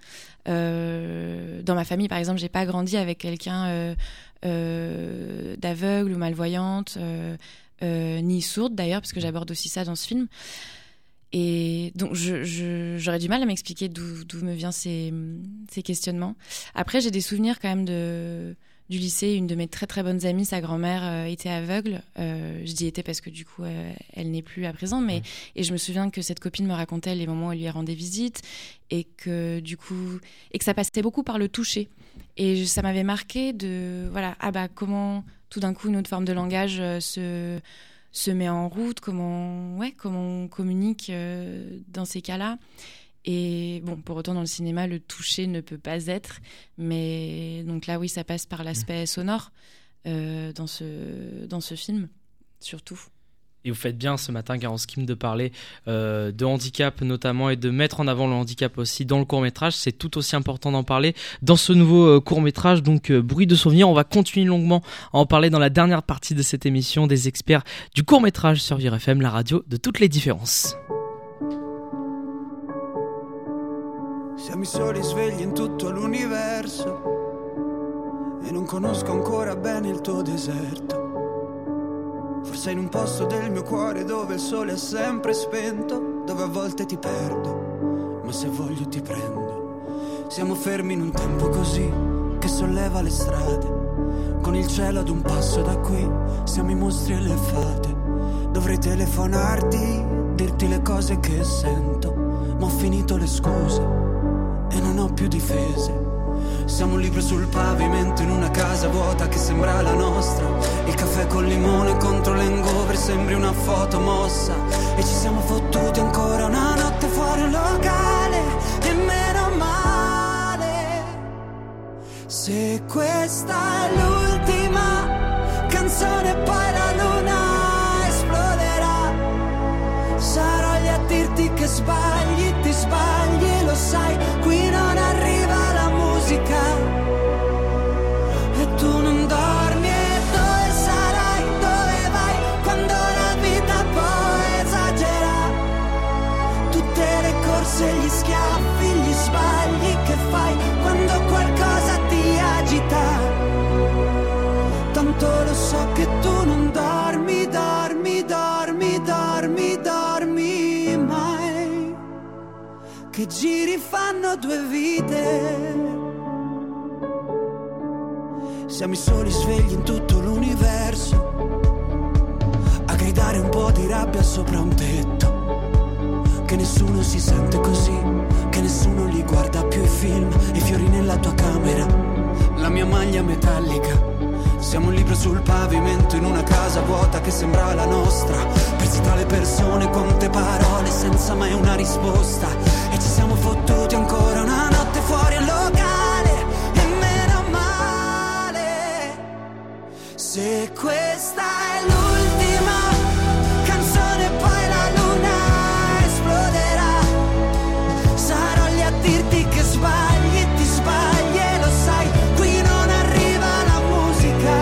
Euh, dans ma famille, par exemple, j'ai pas grandi avec quelqu'un euh, euh, d'aveugle ou malvoyante, euh, euh, ni sourde d'ailleurs, parce que j'aborde aussi ça dans ce film. Et donc, je, je, j'aurais du mal à m'expliquer d'où, d'où me viennent ces, ces questionnements. Après, j'ai des souvenirs quand même de, du lycée. Une de mes très très bonnes amies, sa grand-mère euh, était aveugle. Euh, je dis était parce que du coup, euh, elle n'est plus à présent. Mais, mmh. Et je me souviens que cette copine me racontait les moments où elle lui rendait visite et que du coup, et que ça passait beaucoup par le toucher. Et ça m'avait marqué de, voilà, ah bah comment tout d'un coup une autre forme de langage euh, se... se met en route, comment, ouais, comment on communique euh, dans ces cas-là. Et bon, pour autant, dans le cinéma, le toucher ne peut pas être. Mais donc là, oui, ça passe par l'aspect sonore euh, dans, ce, dans ce film, surtout. Et vous faites bien ce matin, Garance Kim, de parler euh, de handicap notamment et de mettre en avant le handicap aussi dans le court-métrage. C'est tout aussi important d'en parler dans ce nouveau euh, court-métrage, donc euh, Bruit de souvenirs. On va continuer longuement à en parler dans la dernière partie de cette émission des experts du court-métrage sur Vivre F M, la radio de toutes les différences. Siamo i soli svegli in tutto l'universo e non conosco ancora bene il tuo deserto. Forse in un posto del mio cuore dove il sole è sempre spento, dove a volte ti perdo, ma se voglio ti prendo. Siamo fermi in un tempo così che solleva le strade, con il cielo ad un passo da qui, siamo i mostri e le fate. Dovrei telefonarti, dirti le cose che sento, ma ho finito le scuse e non ho più difese. Siamo un libro sul pavimento in una casa vuota che sembra la nostra. Il caffè col limone contro l'hangover sembri una foto mossa. E ci siamo fottuti ancora una notte fuori un locale, e meno male. Se questa è l'ultima canzone poi la luna esploderà, sarò lì a dirti che sbagli, ti sbagli, lo sai. Qui non arriva la musica tanto lo so che tu non dormi, dormi, dormi, dormi, dormi mai, che giri fanno due vite. Siamo i soli svegli in tutto l'universo, a gridare un po' di rabbia sopra un tetto, che nessuno si sente così, che nessuno li guarda più i film, i fiori nella tua camera, la mia maglia metallica. Siamo un libro sul pavimento in una casa vuota che sembra la nostra, persi tra le persone, quante parole senza mai una risposta, e ci siamo fottuti ancora una notte fuori al locale, e meno male. Se questa è l'ultima canzone poi la luna esploderà, sarò lì a dirti che sbagli, ti sbagli e lo sai, qui non arriva la musica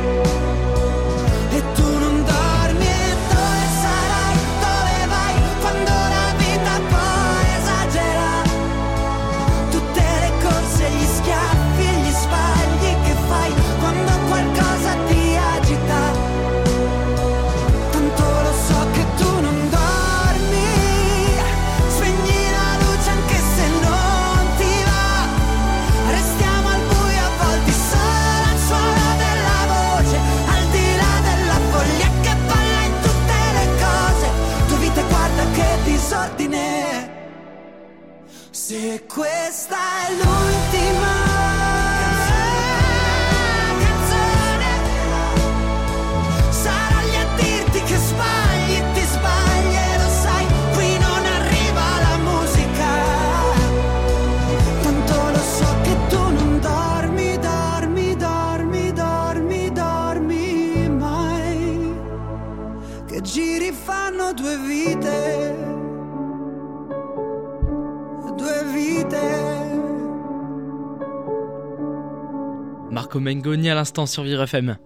e tu non dormi. E dove sarai, dove vai, quando la vita poi esagera, tutte le corse, gli schiaffi e gli sbagli che fai quando qualcosa ti agita. Tanto lo so che tu non dormi, spegni la luce anche se non ti va, restiamo al buio avvolti solo al suono della voce, al di là della foglia che balla in tutte le cose, tua vita guarda che disordine. Se questa è l'ultima canzone, sarò lì a dirti che sbagli, ti sbagli e lo sai, qui non arriva la musica. Tanto lo so che tu non dormi, dormi, dormi, dormi, dormi mai, che giri fanno due vite, due vite. Marco Mengoni à l'instant sur Vivre F M.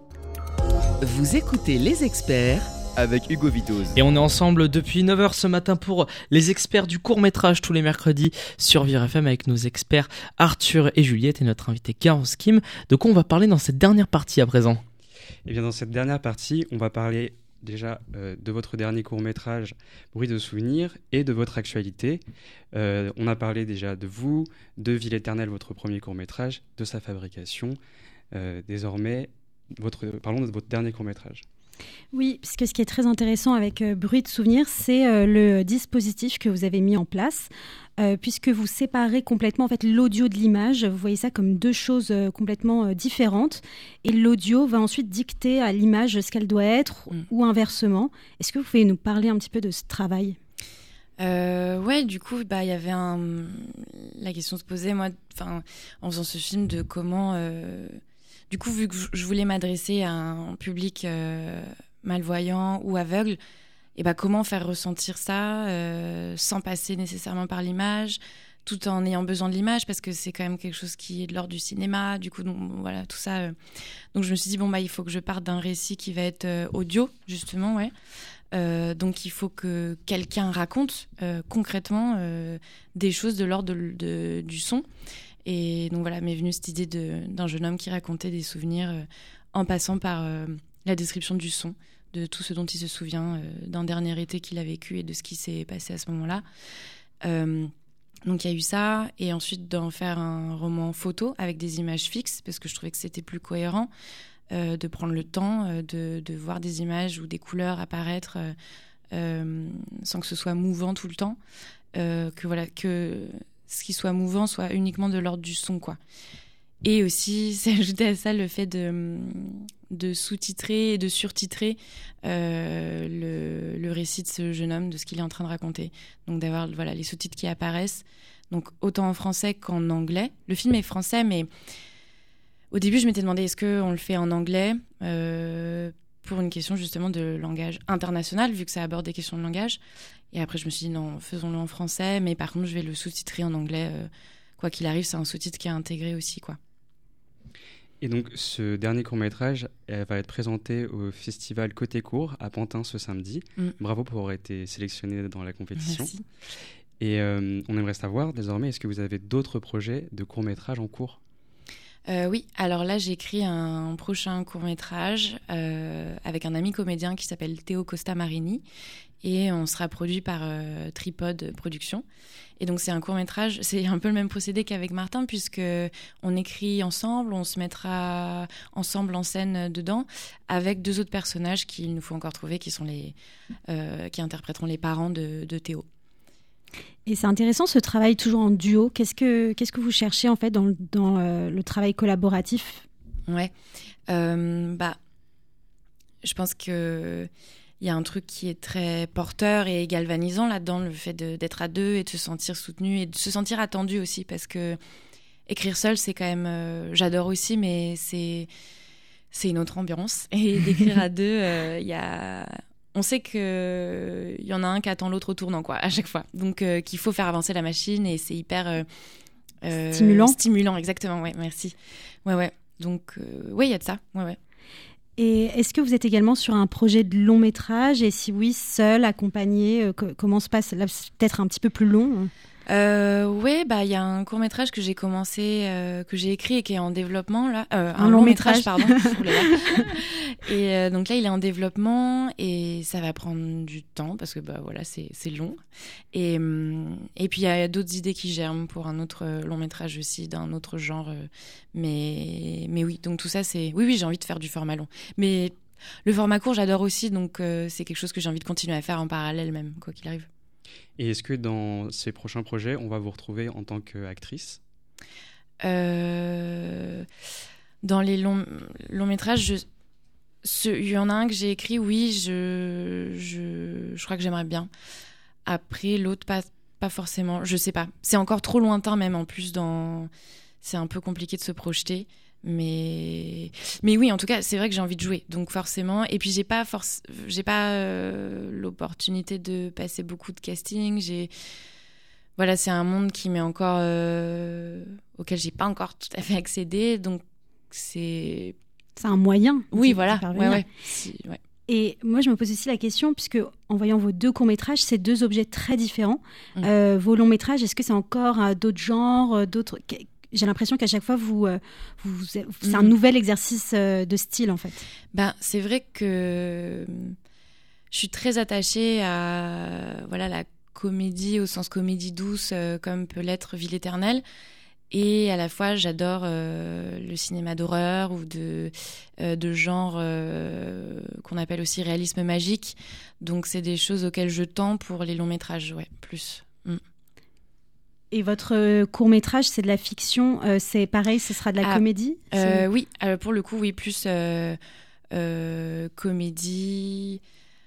Vous écoutez Les Experts avec Hugo Vitoz. Et on est ensemble depuis neuf heures ce matin pour les experts du court-métrage tous les mercredis sur Vivre F M avec nos experts Arthur et Juliette et notre invité Garance Kim. De quoi on va parler dans cette dernière partie à présent? Et bien dans cette dernière partie, on va parler déjà euh, de votre dernier court-métrage Bruit de souvenirs et de votre actualité. Euh, on a parlé déjà de vous, de Ville éternelle, votre premier court-métrage, de sa fabrication. Euh, désormais, votre, parlons de votre dernier court-métrage. Oui, puisque ce qui est très intéressant avec euh, Bruit de souvenirs, c'est euh, le dispositif que vous avez mis en place, euh, puisque vous séparez complètement en fait, l'audio de l'image. Vous voyez ça comme deux choses euh, complètement euh, différentes. Et l'audio va ensuite dicter à l'image ce qu'elle doit être, mmh. ou inversement. Est-ce que vous pouvez nous parler un petit peu de ce travail ? Euh, ouais, du coup, bah, il y avait un... la question se posait, moi, en faisant ce film, de comment... Euh... Du coup, vu que je voulais m'adresser à un public euh, malvoyant ou aveugle, et bah, comment faire ressentir ça euh, sans passer nécessairement par l'image, tout en ayant besoin de l'image, parce que c'est quand même quelque chose qui est de l'ordre du cinéma. Du coup, donc, voilà, tout ça. Euh... Donc, je me suis dit, bon, bah, il faut que je parte d'un récit qui va être euh, audio, justement, ouais. Euh, donc, il faut que quelqu'un raconte euh, concrètement euh, des choses de l'ordre de, de, du son. Et donc voilà, m'est venue cette idée de, d'un jeune homme qui racontait des souvenirs euh, en passant par euh, la description du son, de tout ce dont il se souvient euh, d'un dernier été qu'il a vécu et de ce qui s'est passé à ce moment-là. Euh, donc il y a eu ça, et ensuite d'en faire un roman photo avec des images fixes, parce que je trouvais que c'était plus cohérent, euh, de prendre le temps euh, de, de voir des images ou des couleurs apparaître euh, euh, sans que ce soit mouvant tout le temps, euh, que voilà, que ce qui soit mouvant soit uniquement de l'ordre du son, quoi. Et aussi, c'est ajouté à ça le fait de, de sous-titrer et de surtitrer euh, le, le récit de ce jeune homme, de ce qu'il est en train de raconter. Donc d'avoir voilà, les sous-titres qui apparaissent, donc autant en français qu'en anglais. Le film est français, mais au début, je m'étais demandé, est-ce qu'on le fait en anglais euh, pour une question justement de langage international, vu que ça aborde des questions de langage. Et après, je me suis dit, non, faisons-le en français, mais par contre, je vais le sous-titrer en anglais. Euh, quoi qu'il arrive, c'est un sous-titre qui est intégré aussi, quoi. Et donc, ce dernier court-métrage va être présenté au festival Côté Court à Pantin ce samedi. Mm. Bravo pour avoir été sélectionné dans la compétition. Merci. Et euh, on aimerait savoir, désormais, est-ce que vous avez d'autres projets de court-métrage en cours ? Euh, oui, alors là, j'ai écrit un prochain court-métrage euh, avec un ami comédien qui s'appelle Théo Costa Marini et on sera produit par euh, Tripod Productions. Et donc, c'est un court-métrage, c'est un peu le même procédé qu'avec Martin puisque on écrit ensemble, on se mettra ensemble en scène dedans avec deux autres personnages qu'il nous faut encore trouver qui, sont les, euh, qui interpréteront les parents de, de Théo. Et c'est intéressant ce travail toujours en duo. Qu'est-ce que, qu'est-ce que vous cherchez en fait dans, dans euh, le travail collaboratif ? Ouais, euh, bah, je pense que il y a un truc qui est très porteur et galvanisant là-dedans, le fait de, d'être à deux et de se sentir soutenu et de se sentir attendu aussi, parce que écrire seul, c'est quand même, euh, j'adore aussi, mais c'est c'est une autre ambiance. Et d'écrire à deux, il euh, y a on sait qu'il y en a un qui attend l'autre au tournant, quoi, à chaque fois. Donc, euh, qu'il faut faire avancer la machine et c'est hyper... Euh, euh, stimulant. Stimulant, exactement, ouais, merci. Ouais, ouais. Donc, euh, ouais, il y a de ça, ouais, ouais. Et est-ce que vous êtes également sur un projet de long métrage ? Et si oui, seul, accompagné, euh, co- comment se passe ? Là, c'est peut-être un petit peu plus long. Euh, ouais, bah il y a un court métrage que j'ai commencé, euh, que j'ai écrit et qui est en développement là. Euh, un, Un long, long métrage, métrage. pardon. Oulala. Et euh, donc là, il est en développement et ça va prendre du temps parce que bah voilà, c'est c'est long. Et hum, et puis il y a d'autres idées qui germent pour un autre euh, long métrage aussi d'un autre genre. Euh, mais mais oui, donc tout ça c'est oui oui j'ai envie de faire du format long. Mais le format court j'adore aussi, donc euh, c'est quelque chose que j'ai envie de continuer à faire en parallèle même quoi qu'il arrive. Et est-ce que dans ces prochains projets, on va vous retrouver en tant qu'actrice ? euh, Dans les longs, longs métrages, je, ce, il y en a un que j'ai écrit, oui, je, je, je crois que j'aimerais bien. Après, l'autre, pas, pas forcément, je sais pas. C'est encore trop lointain même, en plus, dans... c'est un peu compliqué de se projeter. Mais mais oui, en tout cas, c'est vrai que j'ai envie de jouer, donc forcément. Et puis j'ai pas force, j'ai pas euh, l'opportunité de passer beaucoup de casting. J'ai voilà, c'est un monde qui m'est encore euh, auquel j'ai pas encore tout à fait accédé, donc c'est c'est un moyen. Oui, voilà. Ouais, ouais. Si, ouais. Et moi, je me pose aussi la question, puisque en voyant vos deux courts-métrages, c'est deux objets très différents. Mmh. Euh, vos longs-métrages, est-ce que c'est encore euh, d'autres genres, euh, d'autres... J'ai l'impression qu'à chaque fois, vous, euh, vous, c'est mmh. un nouvel exercice euh, de style, en fait. Ben, c'est vrai que je suis très attachée à voilà, la comédie, au sens comédie douce, euh, comme peut l'être Ville éternelle. Et à la fois, j'adore euh, le cinéma d'horreur ou de, euh, de genre euh, qu'on appelle aussi réalisme magique. Donc, c'est des choses auxquelles je tends pour les longs métrages, ouais, plus. Mm. Et votre court-métrage, c'est de la fiction, euh, c'est pareil, ce sera de la ah, comédie euh, Oui, alors pour le coup, oui, plus euh, euh, comédie.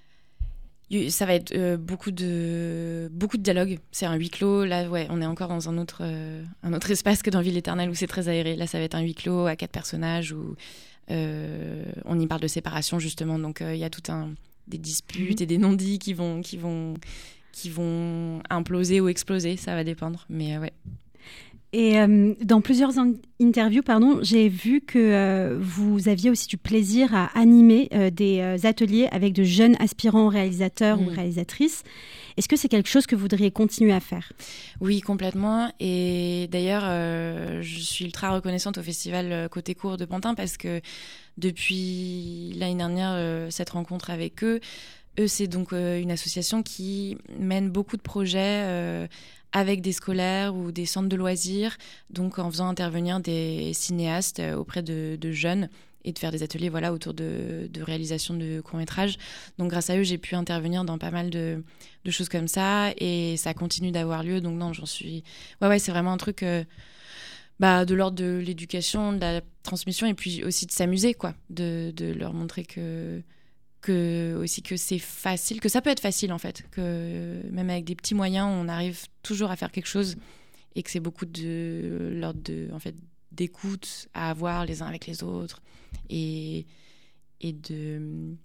Ça va être euh, beaucoup de beaucoup de dialogues. C'est un huis clos. Là, ouais, on est encore dans un autre euh, un autre espace que dans Ville éternelle où c'est très aéré. Là, ça va être un huis clos à quatre personnages où euh, on y parle de séparation justement. Donc, il euh, y a tout un des disputes mmh. et des non-dits qui vont qui vont qui vont imploser ou exploser, ça va dépendre, mais euh, ouais. Et euh, dans plusieurs in- interviews, pardon, j'ai vu que euh, vous aviez aussi du plaisir à animer euh, des euh, ateliers avec de jeunes aspirants réalisateurs mmh. ou réalisatrices. Est-ce que c'est quelque chose que vous voudriez continuer à faire ? Oui, complètement. Et d'ailleurs, euh, je suis ultra reconnaissante au festival Côté Court de Pantin parce que depuis l'année dernière, euh, cette rencontre avec eux, Eux, c'est donc euh, une association qui mène beaucoup de projets euh, avec des scolaires ou des centres de loisirs, donc en faisant intervenir des cinéastes euh, auprès de, de jeunes et de faire des ateliers voilà, autour de, de réalisation de courts-métrages. Donc grâce à eux, j'ai pu intervenir dans pas mal de, de choses comme ça et ça continue d'avoir lieu. Donc non, j'en suis... Ouais, ouais, c'est vraiment un truc... Euh, bah, de l'ordre de l'éducation, de la transmission et puis aussi de s'amuser, quoi, de, de leur montrer que... que aussi que c'est facile, que ça peut être facile en fait, que même avec des petits moyens on arrive toujours à faire quelque chose et que c'est beaucoup de l'ordre de en fait d'écoute à avoir les uns avec les autres et et de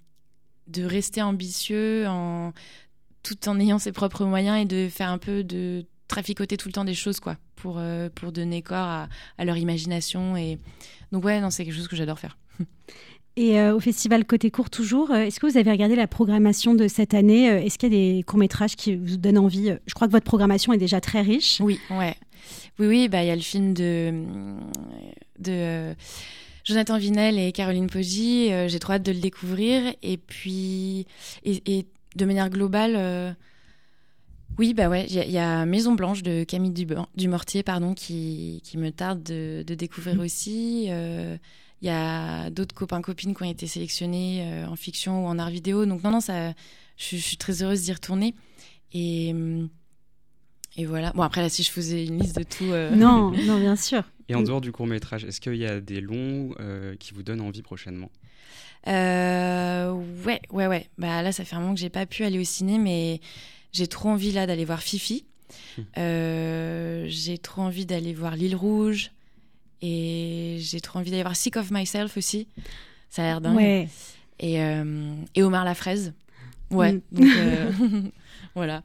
de rester ambitieux en tout en ayant ses propres moyens et de faire un peu de traficoter tout le temps des choses quoi pour euh, pour donner corps à, à leur imagination et donc ouais non c'est quelque chose que j'adore faire. Et euh, au festival Côté Court toujours, euh, est-ce que vous avez regardé la programmation de cette année ? euh, Est-ce qu'il y a des courts-métrages qui vous donnent envie ? Je crois que votre programmation est déjà très riche. Oui, ouais. Oui, oui, bah, y a le film de, de euh, Jonathan Vinel et Caroline Poggi. Euh, j'ai trop hâte de le découvrir. Et puis, et, et de manière globale, euh, oui, bah ouais, il y, y a Maison Blanche de Camille Dumortier, pardon, qui, qui me tarde de, de découvrir mmh. aussi. Il euh, y a d'autres copains-copines qui ont été sélectionnés euh, en fiction ou en art vidéo. Donc non, non, ça, je, je suis très heureuse d'y retourner. Et, et voilà. Bon, après, là, si je faisais une liste de tout... Euh... Non, non, bien sûr. Et en dehors du court-métrage, est-ce qu'il y a des longs euh, qui vous donnent envie prochainement ? euh, Ouais, ouais, ouais. Bah, là, ça fait un moment que j'ai pas pu aller au ciné, mais j'ai trop envie, là, d'aller voir Fifi. Mmh. Euh, j'ai trop envie d'aller voir L'Île Rouge. Et j'ai trop envie d'aller voir Sick of Myself aussi. Ça a l'air dingue. Ouais. Et, euh, et Omar la fraise. Ouais, mmh. donc euh, voilà.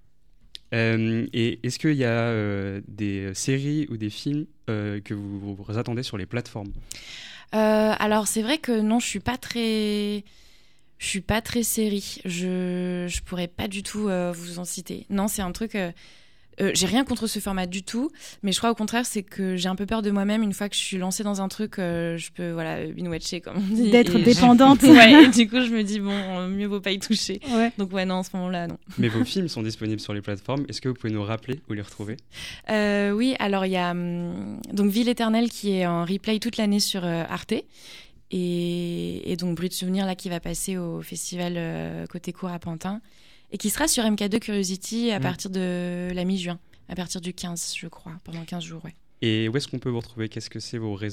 Euh, et est-ce qu'il y a euh, des séries ou des films euh, que vous, vous attendez sur les plateformes ? euh, Alors c'est vrai que non, je suis pas très, je suis pas très série. Je je pourrais pas du tout euh, vous en citer. Non, c'est un truc. Euh, Euh, j'ai rien contre ce format du tout, mais je crois au contraire, c'est que j'ai un peu peur de moi-même. Une fois que je suis lancée dans un truc, euh, je peux voilà, binge-watcher, comme on dit. D'être et dépendante. Je... ouais, et du coup, je me dis, bon, mieux vaut pas y toucher. Ouais. Donc, ouais, non, en ce moment-là, non. Mais vos films sont disponibles sur les plateformes. Est-ce que vous pouvez nous rappeler où les retrouver ? euh, Oui, alors il y a hum, donc Ville éternelle qui est en replay toute l'année sur euh, Arte. Et, et donc, Bruit de souvenir, là, qui va passer au festival euh, Côté Court à Pantin. Et qui sera sur M K deux Curiosity à mmh. partir de la mi-juin. À partir du quinze, je crois, pendant quinze jours, ouais. Et où est-ce qu'on peut vous retrouver ? Qu'est-ce que c'est vos réseaux ?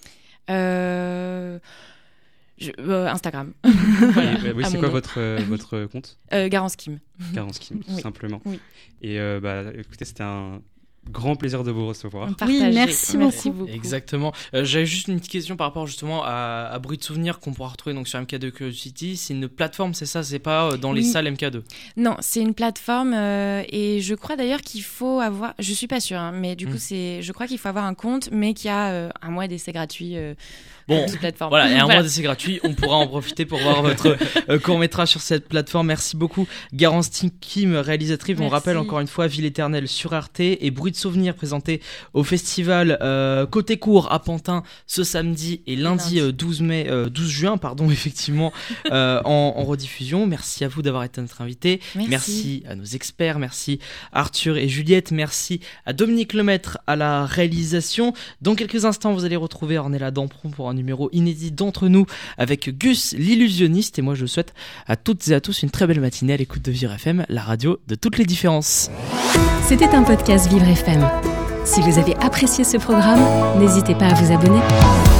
euh... Je... euh, Instagram. Voilà, et, oui, c'est quoi votre, euh, votre compte ? euh, Garance Kim. Garance Kim, tout oui. simplement. Oui. Et euh, bah, écoutez, c'était un grand plaisir de vous recevoir. Oui, merci, merci beaucoup. Exactement. Euh, j'avais juste une petite question par rapport justement à, à Bruit de souvenir qu'on pourra retrouver donc sur M K deux Curiosity. C'est une plateforme, c'est ça ? C'est pas dans les oui. salles M K deux ? Non, c'est une plateforme euh, et je crois d'ailleurs qu'il faut avoir. Je suis pas sûre, hein, mais du mmh. coup c'est. Je crois qu'il faut avoir un compte, mais qu'il y a euh, un mois d'essai gratuit. Euh, Bon, plateforme. Voilà, et un voilà. mois d'essai gratuit, on pourra en profiter pour voir votre euh, court-métrage sur cette plateforme. Merci beaucoup, Garance Kim, réalisatrice. On rappelle encore une fois Ville éternelle sur Arte et Bruit de souvenir présenté au festival euh, Côté Court à Pantin ce samedi et lundi euh, douze mai, euh, douze juin, pardon, effectivement, euh, en, en rediffusion. Merci à vous d'avoir été notre invité. Merci. Merci à nos experts. Merci Arthur et Juliette. Merci à Dominique Lemaître à la réalisation. Dans quelques instants, vous allez retrouver Ornella Dampron pour un numéro inédit d'Entre nous avec Gus l'illusionniste. Et moi je vous souhaite à toutes et à tous une très belle matinée à l'écoute de Vivre F M, la radio de toutes les différences. C'était un podcast Vivre F M. Si vous avez apprécié ce programme, n'hésitez pas à vous abonner.